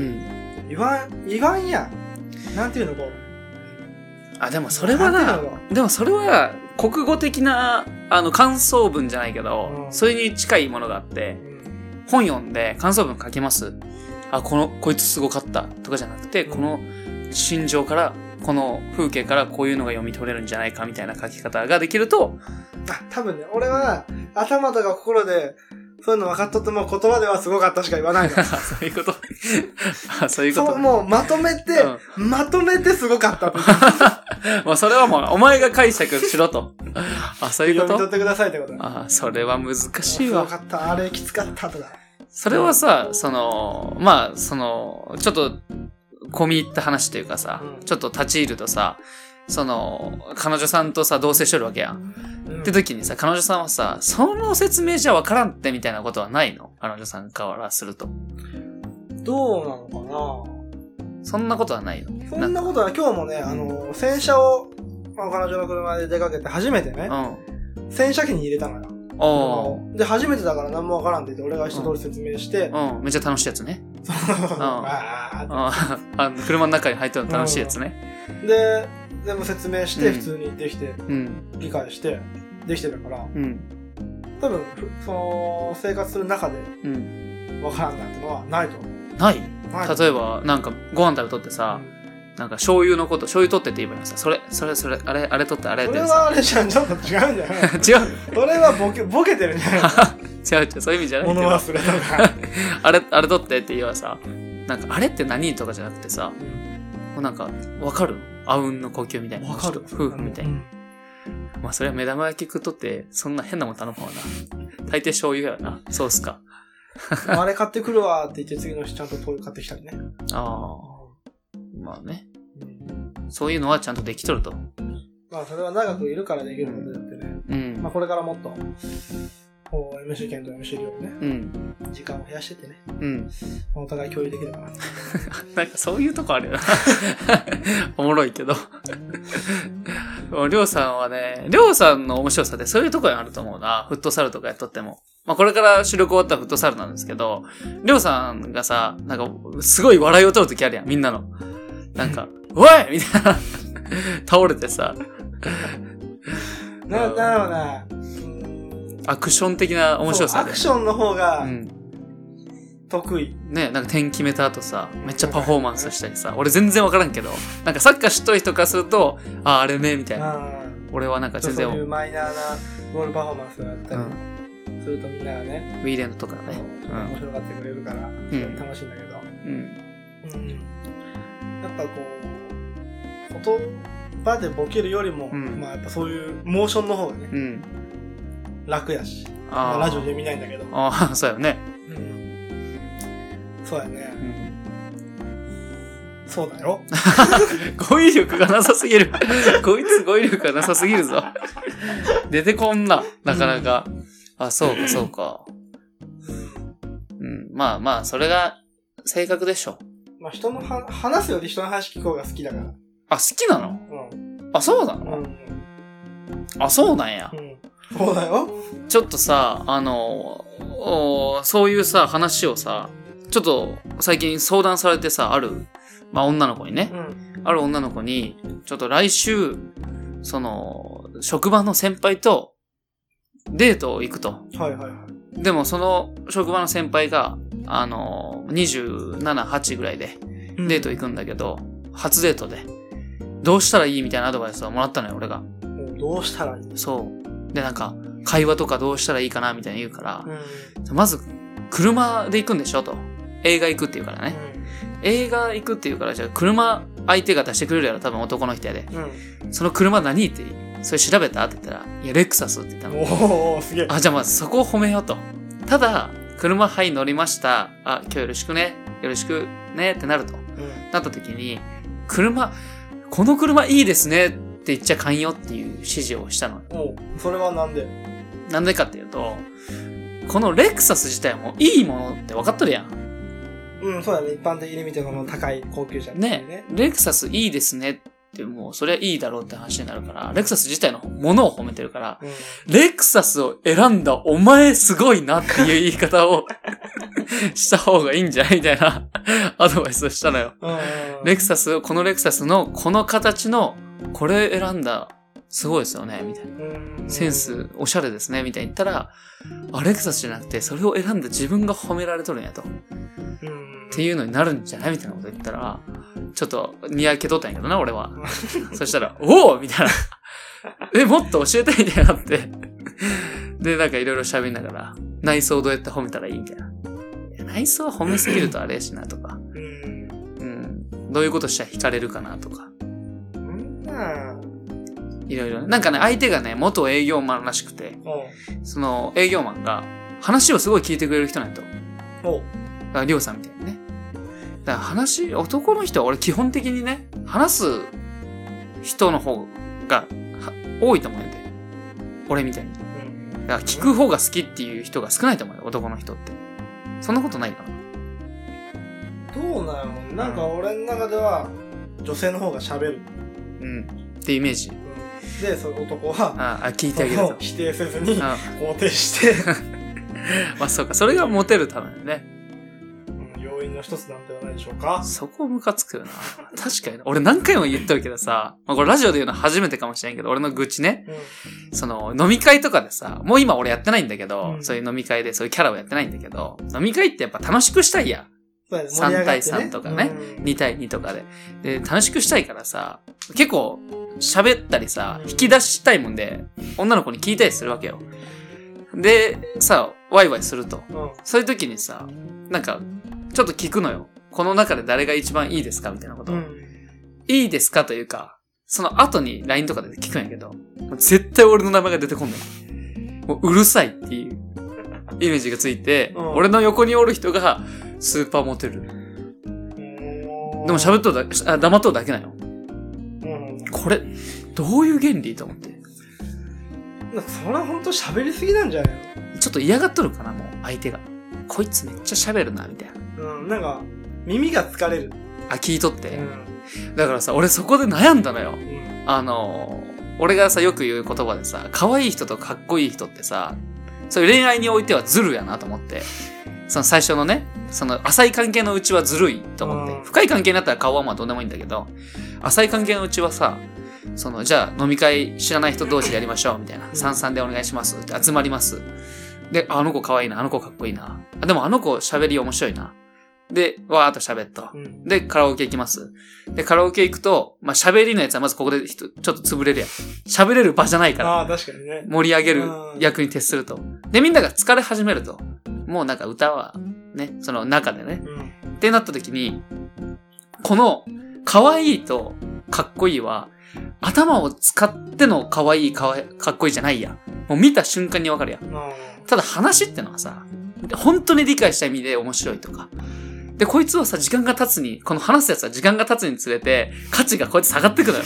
言わん言わんやんなんていうのこうあでもそれはなでもそれは国語的なあの感想文じゃないけど、うん、それに近いものがあって。本読んで感想文書けます。あ、この、こいつすごかったとかじゃなくて、うん、この心情から、この風景からこういうのが読み取れるんじゃないかみたいな書き方ができると。 あ、多分ね、俺は頭とか心で、そういうの分かっとっても言葉ではすごかったしか言わないの。 そういうこと。あ、そういうこと。 そう、もうまとめて、うん、まとめてすごかった。 もうそれはもう、お前が解釈しろと。あ、そういうこと。 読み取ってくださいってこと。 あ、それは難しいわ。 すごかった、あれきつかったとか。 それはさ、その、まあ、その、ちょっと、込み入った話というかさ、うん、ちょっと立ち入るとさ、その、彼女さんとさ、同棲しとるわけやん。うん、って時にさ、彼女さんはさ、その説明じゃわからんってみたいなことはないの？彼女さんからすると。 どうなのかな？そんなことはないの？ そんなことは、今日もね、あの、洗車を、彼女の車で出かけて初めてね、うん、洗車機に入れたのよ。で、初めてだから何もわからんって言って、俺が一通り説明して。 うん、うん、めっちゃ楽しいやつね。そう。あ車の中に入ってるの楽しいやつね。 うん、で、全部説明して、普通にできて、うん、理解して、できてたから、うん、多分、その、生活する中で、わからんなんてのはないと思う。 ない？ない例えば、なんか、ご飯食べとってさ、うんなんか醤油のこと、醤油取ってって言えばいいのさ。それ、それ、それ、あれ、あれ取って、あれってさ。 それはあれじゃん、ちょっと違うんじゃない違う。それはボケ、ボケてるんじゃない違う違う、そういう意味じゃないけど。 物忘れとか。 あれ、あれ取ってって言えばさ、なんか、あれって何とかじゃなくてさ、うん、もうなんか、わかるあうんの呼吸みたいな。 わかる。 夫婦みたいな。うん、まあ、それは目玉焼き食っとって、そんな変なもん頼むわな。大抵醤油やな。そうっすか。 あれ買ってくるわって言って次の日ちゃんと豆腐買ってきたりね。 ああ。まあね、うん。そういうのはちゃんとできとると。 まあそれは長くいるからできることだってね。うん。まあこれからもっと、こう エムシー 兼と エムシー 量ね。うん。時間を増やしててね。うん。お互い共有できるかな。 なんかそういうとこあるよな。おもろいけど。りょうさんはね、りょうさんの面白さってそういうとこにあると思うな。フットサルとかやっとっても。まあこれから収録終わったらフットサルなんですけど、りょうさんがさ、なんかすごい笑いを取るときあるやん、みんなの。なんか、おいみたいな。倒れてさ。 な、なるほどな。 アクション的な面白さで。 アクションの方が、得意。 ね、なんか点決めた後さ、めっちゃパフォーマンスしたりさ、俺全然わからんけど、なんかサッカー知っとる人からすると、ああ、あれね、みたいな。俺はなんか全然。 そういうマイナーなゴールパフォーマンスがあったりするとみんながね。 ウィーレンドとかね。 面白がってくれるから、楽しいんだけど。うん。うん。やっぱこう、言葉でボケるよりも、まあやっぱそういうモーションの方がね、楽やし。まあラジオで見ないんだけど。 ああ、そうやね。 そうやね。うん、そうだよ。 語彙力がなさすぎる。こいつ語彙力がなさすぎるぞ。出てこんな、なかなか。うん、あ、そうか、そうか。うん、まあまあ、それが性格でしょ。 まあ人のは、話すより人の話聞こうが好きだから。 あ、好きなの？うん。あ、そうなの？うん。あ、そうなんや。うん。 そうだよ。 ちょっとさ、あの、そういうさ、話をさ、ちょっと最近相談されてさ、ある、まあ女の子にね、うん、ある女の子に、ちょっと来週、その、職場の先輩とデート行くと。 はいはいはい。 でもその職場の先輩が、あの、にじゅうなな、はちぐらいでデート行くんだけど、うん、初デートで、どうしたらいいみたいなアドバイスをもらったのよ、俺が。 どうしたらいい？ そう。で、なんか、会話とかどうしたらいいかなみたいに言うから、うん、まず、車で行くんでしょと。映画行くって言うからね。うん、映画行くって言うから、じゃあ車相手が出してくれるやろ、多分男の人やで。うん、その車何って、それ調べたって言ったら、いや、レクサスって言ったの。 おー、すげえ。 あ、じゃあまずそこを褒めようと。ただ、車、はい、乗りました。あ、今日よろしくね。よろしくね。ってなると。うん、なった時に、車、この車いいですねって言っちゃかんよっていう指示をしたの。 お、それはなんで？ なんでかっていうと、このレクサス自体もいいものって分かっとるやん。 うん、そうだね。一般的に見てこの高い高級車ね。ね。レクサスいいですねってもうそれはいいだろうって話になるから、レクサス自体のものを褒めてるから、うん、レクサスを選んだお前すごいなっていう言い方をした方がいいんじゃないみたいなアドバイスをしたのよ。レクサスを、このレクサスのこの形のこれ選んだすごいですよねみたいな。センスおしゃれですねみたいに言ったら、あ、レクサスじゃなくてそれを選んだ自分が褒められとるんやと。っていうのになるんじゃないみたいなこと言ったら、ちょっとにやけとったんやけどな、俺は。そしたら、おおみたいな。え、もっと教えてみたいになって。で、なんかいろいろ喋りながら、内装どうやって褒めたらいいみたいな。いや、内装は褒めすぎるとあれやしなとか。うん。どういうことしたら惹かれるかなとか。いろいろね。なんかね、相手がね、元営業マンらしくて、その営業マンが話をすごい聞いてくれる人なんやと。おだから、りょうさんみたいにね。だから話、男の人は俺基本的にね、話す人の方が多いと思うんで。俺みたいに。だから聞く方が好きっていう人が少ないと思うよ、男の人って。そんなことないかな。どうなの？なんか俺の中では、女性の方が喋る。 うん。っていうイメージ。 で、その男は、 ああ、聞いてあげると。 否定せずに、肯定して。 まあそうか、それがモテるためだね。 要因の一つなんではないでしょうか。 そこムカつくよな。確かに。俺何回も言ってるけどさ、まあ、これラジオで言うの初めてかもしれんけど、俺の愚痴ね。うん、その、飲み会とかでさ、もう今俺やってないんだけど、うん、そういう飲み会でそういうキャラをやってないんだけど、飲み会ってやっぱ楽しくしたいや。 そうだね、 さんたいさんとかね、うん、にたいにとかで。で、楽しくしたいからさ、結構喋ったりさ、引き出したいもんで、女の子に聞いたりするわけよ。で、さ、ワイワイすると。うん、そういう時にさ、なんか、ちょっと聞くのよ。この中で誰が一番いいですかみたいなこと。うん、いいですかというか、その後に ライン とかで聞くんやけど、絶対俺の名前が出てこんのよ。もううるさいっていうイメージがついて、うん、俺の横におる人がスーパーモテる。でも喋っとるだ、あ、黙っとるだけなのよ。うん、これ、どういう原理と思って。 それはほんと喋りすぎなんじゃないの？ちょっと嫌がっとるかな、もう相手が。こいつめっちゃ喋るな、みたいな。 うん、なんか、耳が疲れる。 あ、聞いとって。うん、だからさ、俺そこで悩んだのよ。うん、あの、俺がさ、よく言う言葉でさ、可愛い人とかっこいい人ってさ、そういう恋愛においてはズルやなと思って。その最初のね、その浅い関係のうちはずるいと思って。うん、深い関係になったら顔はまあどうでもいいんだけど、浅い関係のうちはさ、 その、じゃあ飲み会知らない人同士でやりましょう、みたいな。三々でお願いしますって集まります。で、あの子可愛いな、あの子かっこいいな。あ、でもあの子喋り面白いな。で、わーっと喋った。うん、で、カラオケ行きます。で、カラオケ行くと、まあ、喋りのやつはまずここでちょっと潰れるやん。喋れる場じゃないから。 ああ、確かにね。 盛り上げる役に徹すると。で、みんなが疲れ始めると。もうなんか歌は、ね、その中でね。うん、ってなった時に、この、可愛いとかっこいいは、頭を使っての可愛いかわいかっこいいじゃないやん。もう見た瞬間にわかるやん。ただ話ってのはさ、本当に理解した意味で面白いとか。で、こいつはさ、時間が経つに、この話すやつは時間が経つにつれて、価値がこうやって下がってくのよ。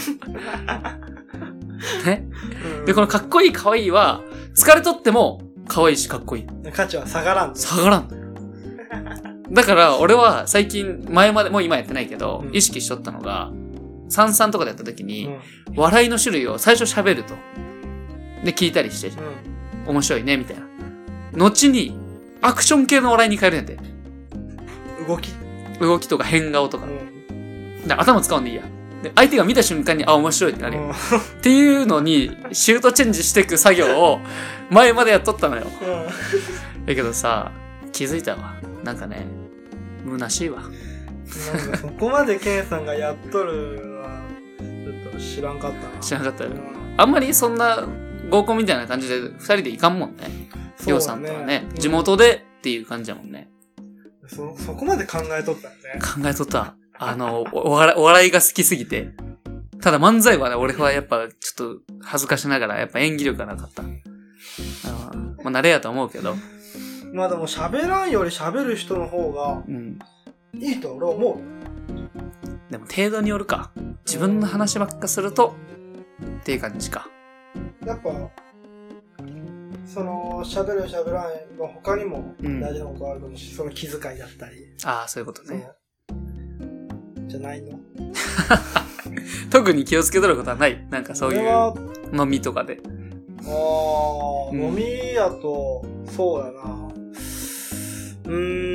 ね。で、このかっこいい可愛いは、疲れとっても、可愛いしかっこいい。 価値は下がらん。 下がらんのよ。だから、俺は最近、前まで、もう今やってないけど、うん、意識しとったのが、三々とかでやった時に、うん、笑いの種類を最初喋ると。で、聞いたりして、うん、面白いね、みたいな。後に、アクション系の笑いに変えるんやで。 動き動きとか変顔とか。うん、で頭使うんでいいや。で、相手が見た瞬間に、あ、面白いってなるよ。うん、っていうのに、シュートチェンジしていく作業を、前までやっとったのよ。うん、だけどさ、気づいたわ。なんかね、虚しいわ。 なんかそこまでケンさんがやっとるのは、ちょっと知らんかったな。 知らんかったよ。うん、あんまりそんな合コンみたいな感じで二人で行かんもんね。りょうさんとはね、地元でっていう感じだもんね。 そ、そこまで考えとったよね。 考えとった。あの、お笑い、お笑いが好きすぎて。ただ漫才はね、俺はやっぱちょっと恥ずかしながら、やっぱ演技力がなかった。あまあ、慣れやと思うけど。 まあでも喋らんより喋る人の方が、いいと俺は思う。 でも程度によるか。自分の話ばっかすると、っていう感じか。 やっぱ、その、喋る喋らんの他にも大事なことあるかもしれない、うん、その気遣いだったり。 ああ、そういうことね。 じゃないの特に気をつけとることはない。なんかそういう飲みとかで。 ああ、うん、飲みやと、そうやな。う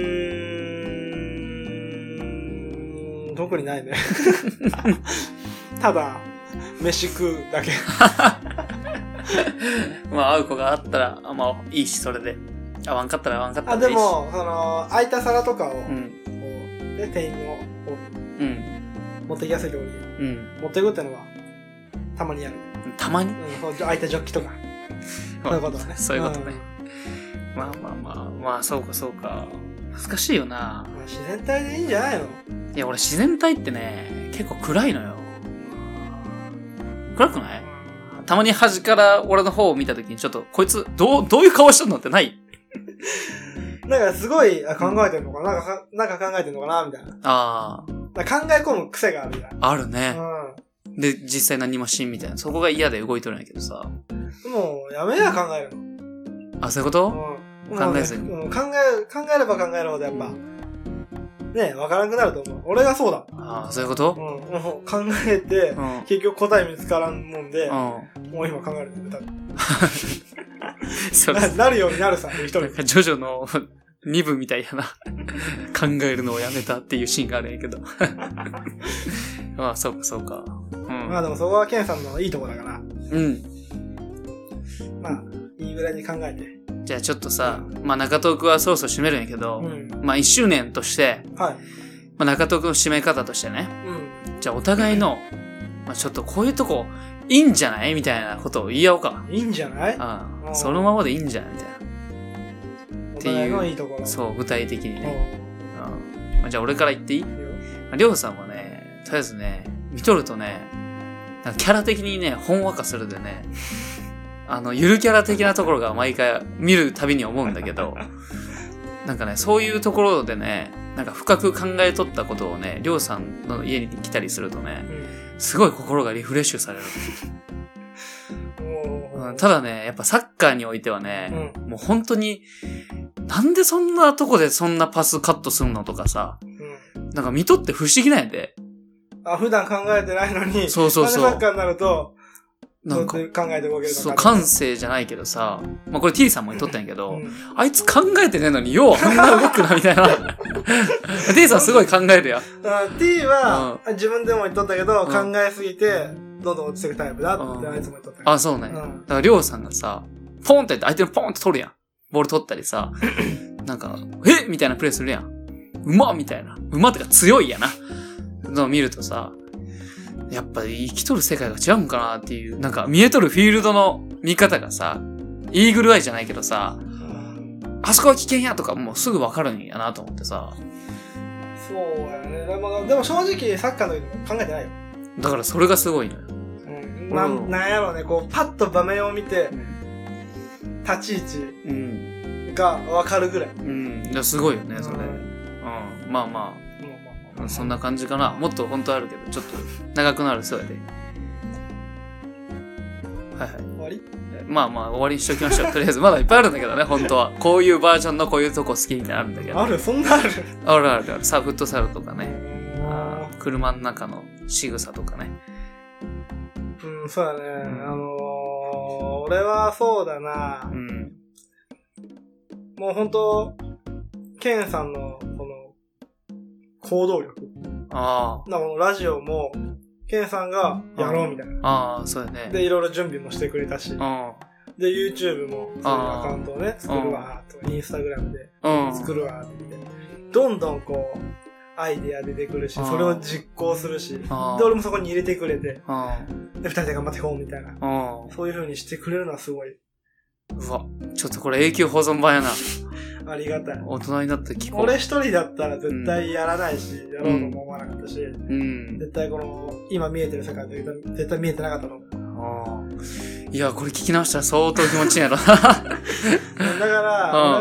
ーん、特にないね。ただ、飯食うだけ。 まあ、会う子があったら、まあ、いいし、それで。会わんかったら会わんかったらいいし。 あ、でも、その、空いた皿とかを、うん、こう、で、店員の、うん、持ってきやすいように、うん、持っていくってのは、たまにやる。 たまに、 うん、空いたジョッキとか。そういうことね。 そういうことね。うん、まあまあまあ、まあ、そうかそうか。難しいよな。 自然体でいいんじゃないの？ いや、俺自然体ってね、結構暗いのよ。暗くない？たまに端から俺の方を見たときにちょっと、こいつ、どう、どういう顔しとんのってないなんかすごいあ考えてんのかな、なんか、なんか考えてんのかなみたいな。ああ。考え込む癖があるじゃん。 あるね。うん。で、実際何もしんみたいな。そこが嫌で動いとるんやけどさ。 もう、やめや考えるの。 あ、そういうこと？うん。考えずに、 ねうん。考え、考えれば考えるほどやっぱ、うん、ねえ、わからなくなると思う。俺がそうだ。 ああ、そういうこと？ うん。もう考えて、うん、結局答え見つからんもんで、うん、もう今考えるんだよ、多分。そな, なるようになるさ、一人。 なんかジョジョのに部みたいやな。考えるのをやめたっていうシーンがあるんやけど。まあ、そうか、そうか。 うん、まあでもそこはケンさんのいいとこだから。うん。まあ、いいぐらいに考えて。 じゃあちょっとさ、まあ中東区はそろそろ締めるんやけど、うん、まあいっしゅうねんとして、はい。まあ中東区の締め方としてね、うん。じゃあお互いの、まあちょっとこういうとこ、いいんじゃないみたいなことを言い合おうか。 いいんじゃない？ ああ、そのままでいいんじゃないみたいな。 っていう。いいところ。 そう、具体的にね。ああ、まあ、じゃあ俺から言っていい？りょうさんはね、とりあえずね、見とるとね、なんかキャラ的にね、ほんわかするでね、あの、ゆるキャラ的なところが毎回見るたびに思うんだけど、なんかね、そういうところでね、なんか深く考えとったことをね、りょうさんの家に来たりするとね、うん、すごい心がリフレッシュされる。うん、ただね、やっぱサッカーにおいてはね、うん、もう本当に、なんでそんなとこでそんなパスカットすんのとかさ、うん、なんか見とって不思議なんやで。 あ、普段考えてないのに、 そうそうそう。 サッカーになると、なんか考えて動けるのか。 そう、感性じゃないけどさ、まあこれ T さんも言っとったんやけど、うん、あいつ考えてねえのにようあんな動くなみたいな。T さんすごい考えるや。 T は、うん、自分でも言っとったけど、うん、考えすぎて、 どんどん落ちていくタイプだってあいつも言っとった。 あ、そうね。うん、だから、りょうさんがさ、ポンって相手のポンって取るやん。ボール取ったりさ、なんか、えみたいなプレーするやん。うまっみたいな。うまってか強いやな。のを見るとさ、やっぱり生きとる世界が違うんかなっていう、なんか見えとるフィールドの見方がさ、イーグルアイじゃないけどさ、あそこは危険やとかもうすぐわかるんやなと思ってさ。 そうやね。でも、でも正直サッカーの時も考えてないよ。 だからそれがすごいのよ。 うん。な、なんやろうね、こう、パッと場面を見て、うん、立ち位置がわかるぐらい。 うん。いや、すごいよね、それ。うん。うん、まあまあ。そんな感じかな。もっと本当あるけど、ちょっと長くなるそうやで。はいはい。 終わり？ まあまあ終わりにしときましょう。とりあえずまだいっぱいあるんだけどね、本当は。こういうバージョンのこういうとこ好きみたいなのあるんだけど。 ある？そんなある？ あるあるある。さあ、フットサルとかね。あ、車の中の仕草とかね。 うん、そうだね。うん、あのー、俺はそうだな。うん。もう本当ケンさんのこの行動力。ああ。なのラジオも、ケンさんがやろうみたいな。 ああ、そうやね。 で、いろいろ準備もしてくれたし。あで、YouTube も、そういうアカウントをね、作るわーと、インスタグラムで作るわーって言って、どんどんこう、アイデア出てくるし、それを実行するし、で、俺もそこに入れてくれて、で、二人で頑張っていこうみたいな。そういう風にしてくれるのはすごい。 うわ、ちょっとこれ永久保存版やな。 ありがたい。 大人になって聞こう。 俺一人だったら絶対やらないし、うん、やろうとも思わなかったし、うん、絶対この、今見えてる世界で絶対見えてなかったと思う。 あいや、これ聞き直したら相当気持ちいいやろな。 だから、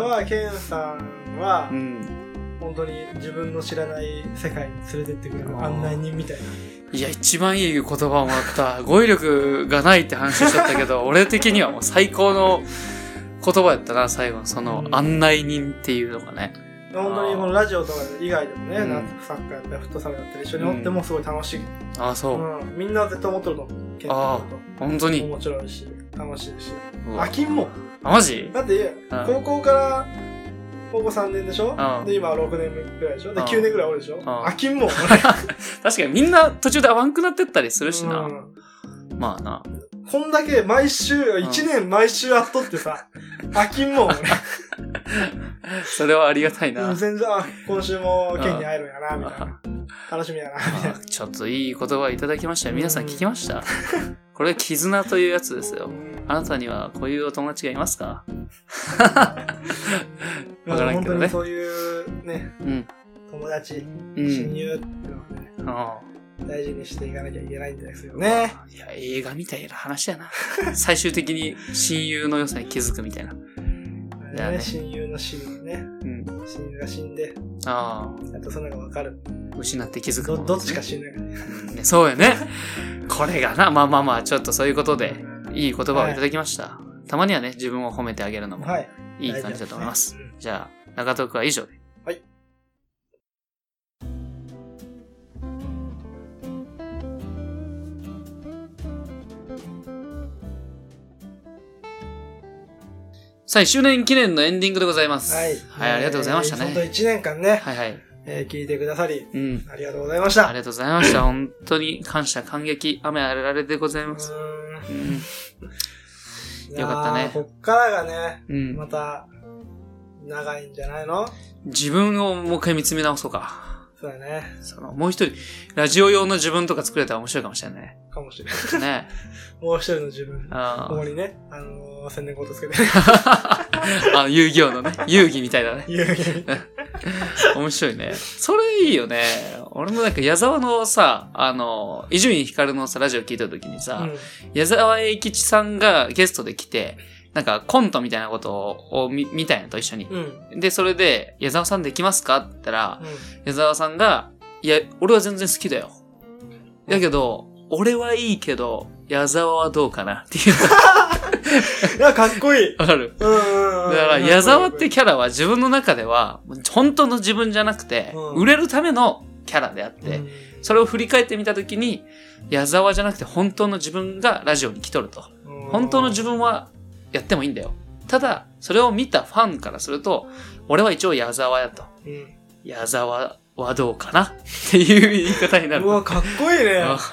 俺はケンさんは、うん、本当に自分の知らない世界に連れてってくれる案内人みたいな。 いや、一番いい言葉をもらった。語彙力がないって話しちゃったけど、俺的にはもう最高の言葉やったな、最後のその案内人っていうのがね。 本当にこのラジオとか以外でもね、うん、なんかサッカーやったりフットサルやったり一緒におってもすごい楽しい。うん、 ああ、そう、 うん。みんな絶対思ってると思う。ケンさんと。 本当に。 面白いし、楽しいし。飽きんもん。 あ、マジ？ だって、高校から、高校さんねんでしょ、うん、で、今はろくねんぐらいでしょで、きゅうねんぐらいおるでしょ飽きんもん。 確かにみんな途中で合わんくなってったりするしな。うん、まあな。 こんだけ毎週、いちねん毎週やっとってさ、飽きんもん、俺。 それはありがたいな。 全然、今週もケンに会えるんやな、みたいな。楽しみやな、みたいな。 ちょっといい言葉いただきました。皆さん聞きました？これ絆というやつですよ。あなたにはこういうお友達がいますか？ わからんけどね。本当にそういうね、うん、友達、親友っていうのはね、大事にしていかなきゃいけないんですよね。 いや、映画みたいな話やな。最終的に親友の良さに気づくみたいな。 ねね、親友の死にね、うん、親友が死んで、ああ、あとそのがわかる。 失って気づくもの、ね、 ど, どっちか死ぬ、 うんね。そうよね。これがな、まあまあまあ、ちょっとそういうことで、いい言葉をいただきました。はい、たまにはね、自分を褒めてあげるのもいい感じだと思います。はい、じゃあ、中トークは以上で。はい。さあ、いっしゅうねん記念のエンディングでございます。はい。はい、ありがとうございましたね。 本当いちねんかんね。はいはい。えー、聞いてくださり、うん。ありがとうございました。 ありがとうございました。本当に感謝、感激、雨あられでございます。うん。よかったね。 こっからがね、うん、また、長いんじゃないの？ 自分をもう一回見つめ直そうか。 そうだね。 その、もう一人、ラジオ用の自分とか作れたら面白いかもしれないね。 かもしれない。ね。もう一人の自分。ああ。ここにね、あのー、宣伝コードつけて。 あ、遊戯王のね。遊戯みたいだね。遊戯。面白いね。それいいよね。俺もなんか矢沢のさ、あの、伊集院光のさ、ラジオ聞いた時にさ、うん、矢沢永吉さんがゲストで来て、なんかコントみたいなことを見、見たんやと一緒に、うん。で、それで、矢沢さんできますかって言ったら、うん、矢沢さんが、いや、俺は全然好きだよ。だけど、俺はいいけど、矢沢はどうかなっていう。 いや、かっこいい。 わかる。うん。だから、矢沢ってキャラは自分の中では、本当の自分じゃなくて、うん、売れるためのキャラであって、うん、それを振り返ってみたときに、矢沢じゃなくて本当の自分がラジオに来とると。うん、本当の自分はやってもいいんだよ。ただ、それを見たファンからすると、俺は一応矢沢やと。うん、矢沢はどうかなっていう言い方になる。 うわ、かっこいいね。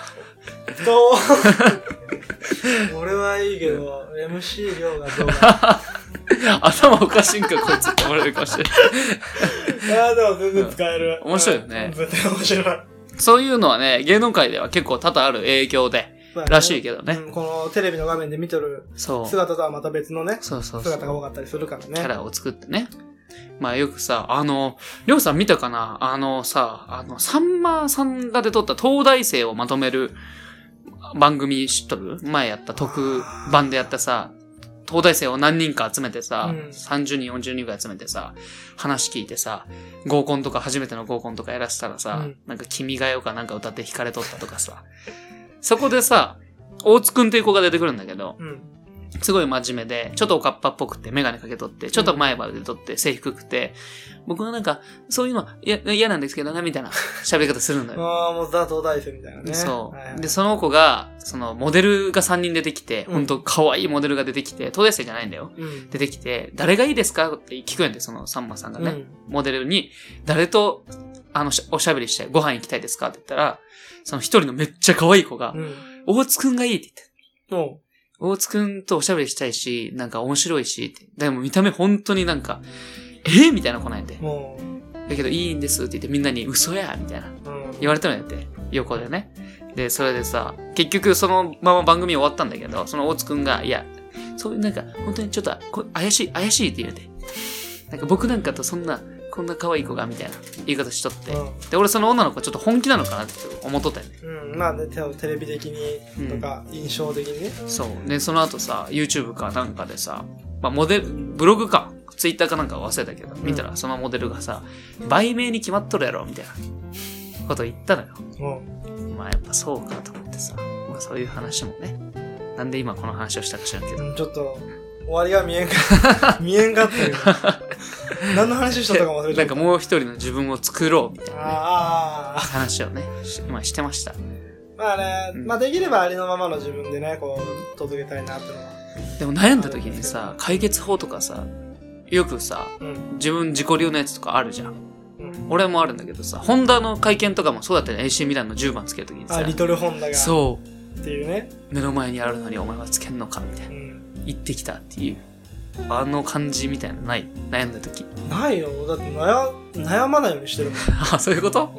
と、俺はいいけど、エムシー 量がどうか。 頭おかしいんか、こいつって思われるかもしれない。 いや、でも全然使える。 うん、面白いよね。 絶対面白い。 そういうのはね、芸能界では結構多々ある影響で、らしいけどね、 うん。このテレビの画面で見とる姿とはまた別のね、そうそうそう姿が多かったりするからね。 キャラを作ってね。まあよくさ、あの、りょうさん見たかなあのさ、あの、さんまさんが出とった東大生をまとめる番組知っとる？前やった特番でやったさ、東大生を何人か集めてさ、うん、さんじゅうにん、よんじゅうにんぐらい集めてさ、話聞いてさ、合コンとか初めての合コンとかやらせたらさ、うん、なんか君が代かなんか歌って弾かれとったとかさ、そこでさ、大津くんっていう子が出てくるんだけど、うん、すごい真面目で、ちょっとおかっぱっぽくて、メガネかけとって、ちょっと前歯でとって、背低くて、僕はなんか、そういうの嫌なんですけどね、みたいな喋り方するんだよ。 ああ、もうザ東大生みたいなね。 そう、 はいはい。 で、その子が、その、モデルがさんにん出てきて、うん、ほんと可愛いモデルが出てきて、東大生じゃないんだよ。うん、出てきて、誰がいいですかって聞くんで、そのさんまさんがね、うん、モデルに、誰と、あの、おしゃべりしてご飯行きたいですかって言ったら、その一人のめっちゃ可愛い子が、うん、大津くんがいいって言って。大津くんとおしゃべりしたいし、なんか面白いし、でも見た目本当になんか、えー、みたいな子なんやて。だけどいいんですって言ってみんなに嘘やみたいな。言われたのやって。横でね。で、それでさ、結局そのまま番組終わったんだけど、その大津くんが、いや、そういうなんか、本当にちょっと怪しい、怪しいって言うて。なんか僕なんかとそんな、こんな可愛い子がみたいな言い方しとって、うん、で俺その女の子ちょっと本気なのかなって思っとったよね。 うん、まあね、テレビ的にとか、うん、印象的にね。 そうでその後さ YouTube かなんかでさ、まあモデルブログか Twitter かなんか忘れたけど、うん、見たらそのモデルがさ売名に決まっとるやろみたいなこと言ったのよ。うん、まあやっぱそうかと思ってさ、まあそういう話もね。なんで今この話をしたか知らんけど、 うん、ちょっと終わりが見えんか見えんかっていう。何の話しとったか忘れちゃった。 なんかもう一人の自分を作ろうみたいな、ね、あ話をねし、まあ、してました。 まあね、うん、まあできればありのままの自分でねこう届けたいなってのは。 でも悩んだ時にさ解決法とかさよくさ、うん、自分自己流のやつとかあるじゃん。うん、俺もあるんだけどさ、ホンダの会見とかもそうだったよね。エーシー ミランのじゅうばんつける時にさ、 あリトルホンダがそうっていうね、 目の前にあるのにお前はつけんのかみたいな、うん、言ってきたっていう。あの感じみたいなのない？悩んだ時。 ないよ。だって悩、悩まないようにしてるもん。 あ、そういうこと？ うん。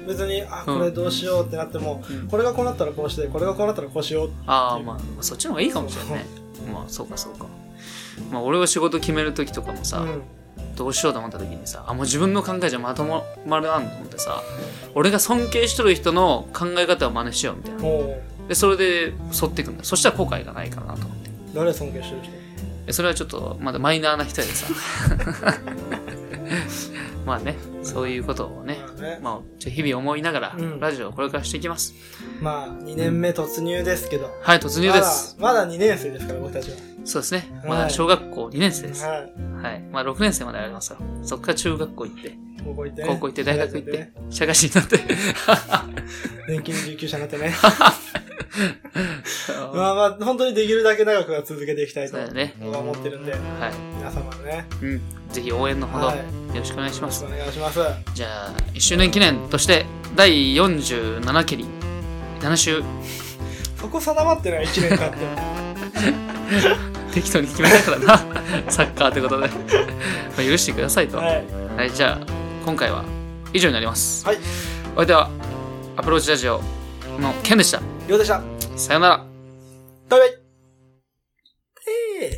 別に、あ、これどうしようってなっても、うん、これがこうなったらこうして、これがこうなったらこうしようっていう。 ああ、まあ、そっちの方がいいかもしれないね。まあ、そうかそうか。まあ、俺は仕事決める時とかもさ、うん、どうしようと思った時にさ、あ、もう自分の考えじゃまとまらんと思ってさ、俺が尊敬しとる人の考え方を真似しようみたいな。で、それで沿っていくんだよ。そしたら後悔がないかなと思って。 誰尊敬してる人？ それはちょっとまだマイナーな人でさまあね、そういうことをね、まあ、ねまあ、ちょ日々思いながら、うん、ラジオをこれからしていきます。 まあにねんめ突入ですけど、うん、 はい突入です。 まだ、まだにねん生ですから僕たちは。 そうですね、まだ小学校にねん生です、はいはい、まあろくねん生までありますよ。そっから中学校行って高校行って、 ね、高校行って大学行って社会人になって年金受給者になってねまあまあ本当にできるだけ長くは続けていきたいと思ってるんで、ね、はい、皆様ね、うん、ぜひ応援のほどよろしくお願いします。 よろしくお願いします。 じゃあいっしゅうねん記念としてだいよんじゅうなな蹴りなな週そこ定まってないいちねんかんって適当に決めたからなサッカーってことでまあ許してくださいと、はい、はい、じゃあ今回は以上になります。はい、お相手はアプローチラジオのケンでした。 りょうでした。 さよなら。 バイバイ。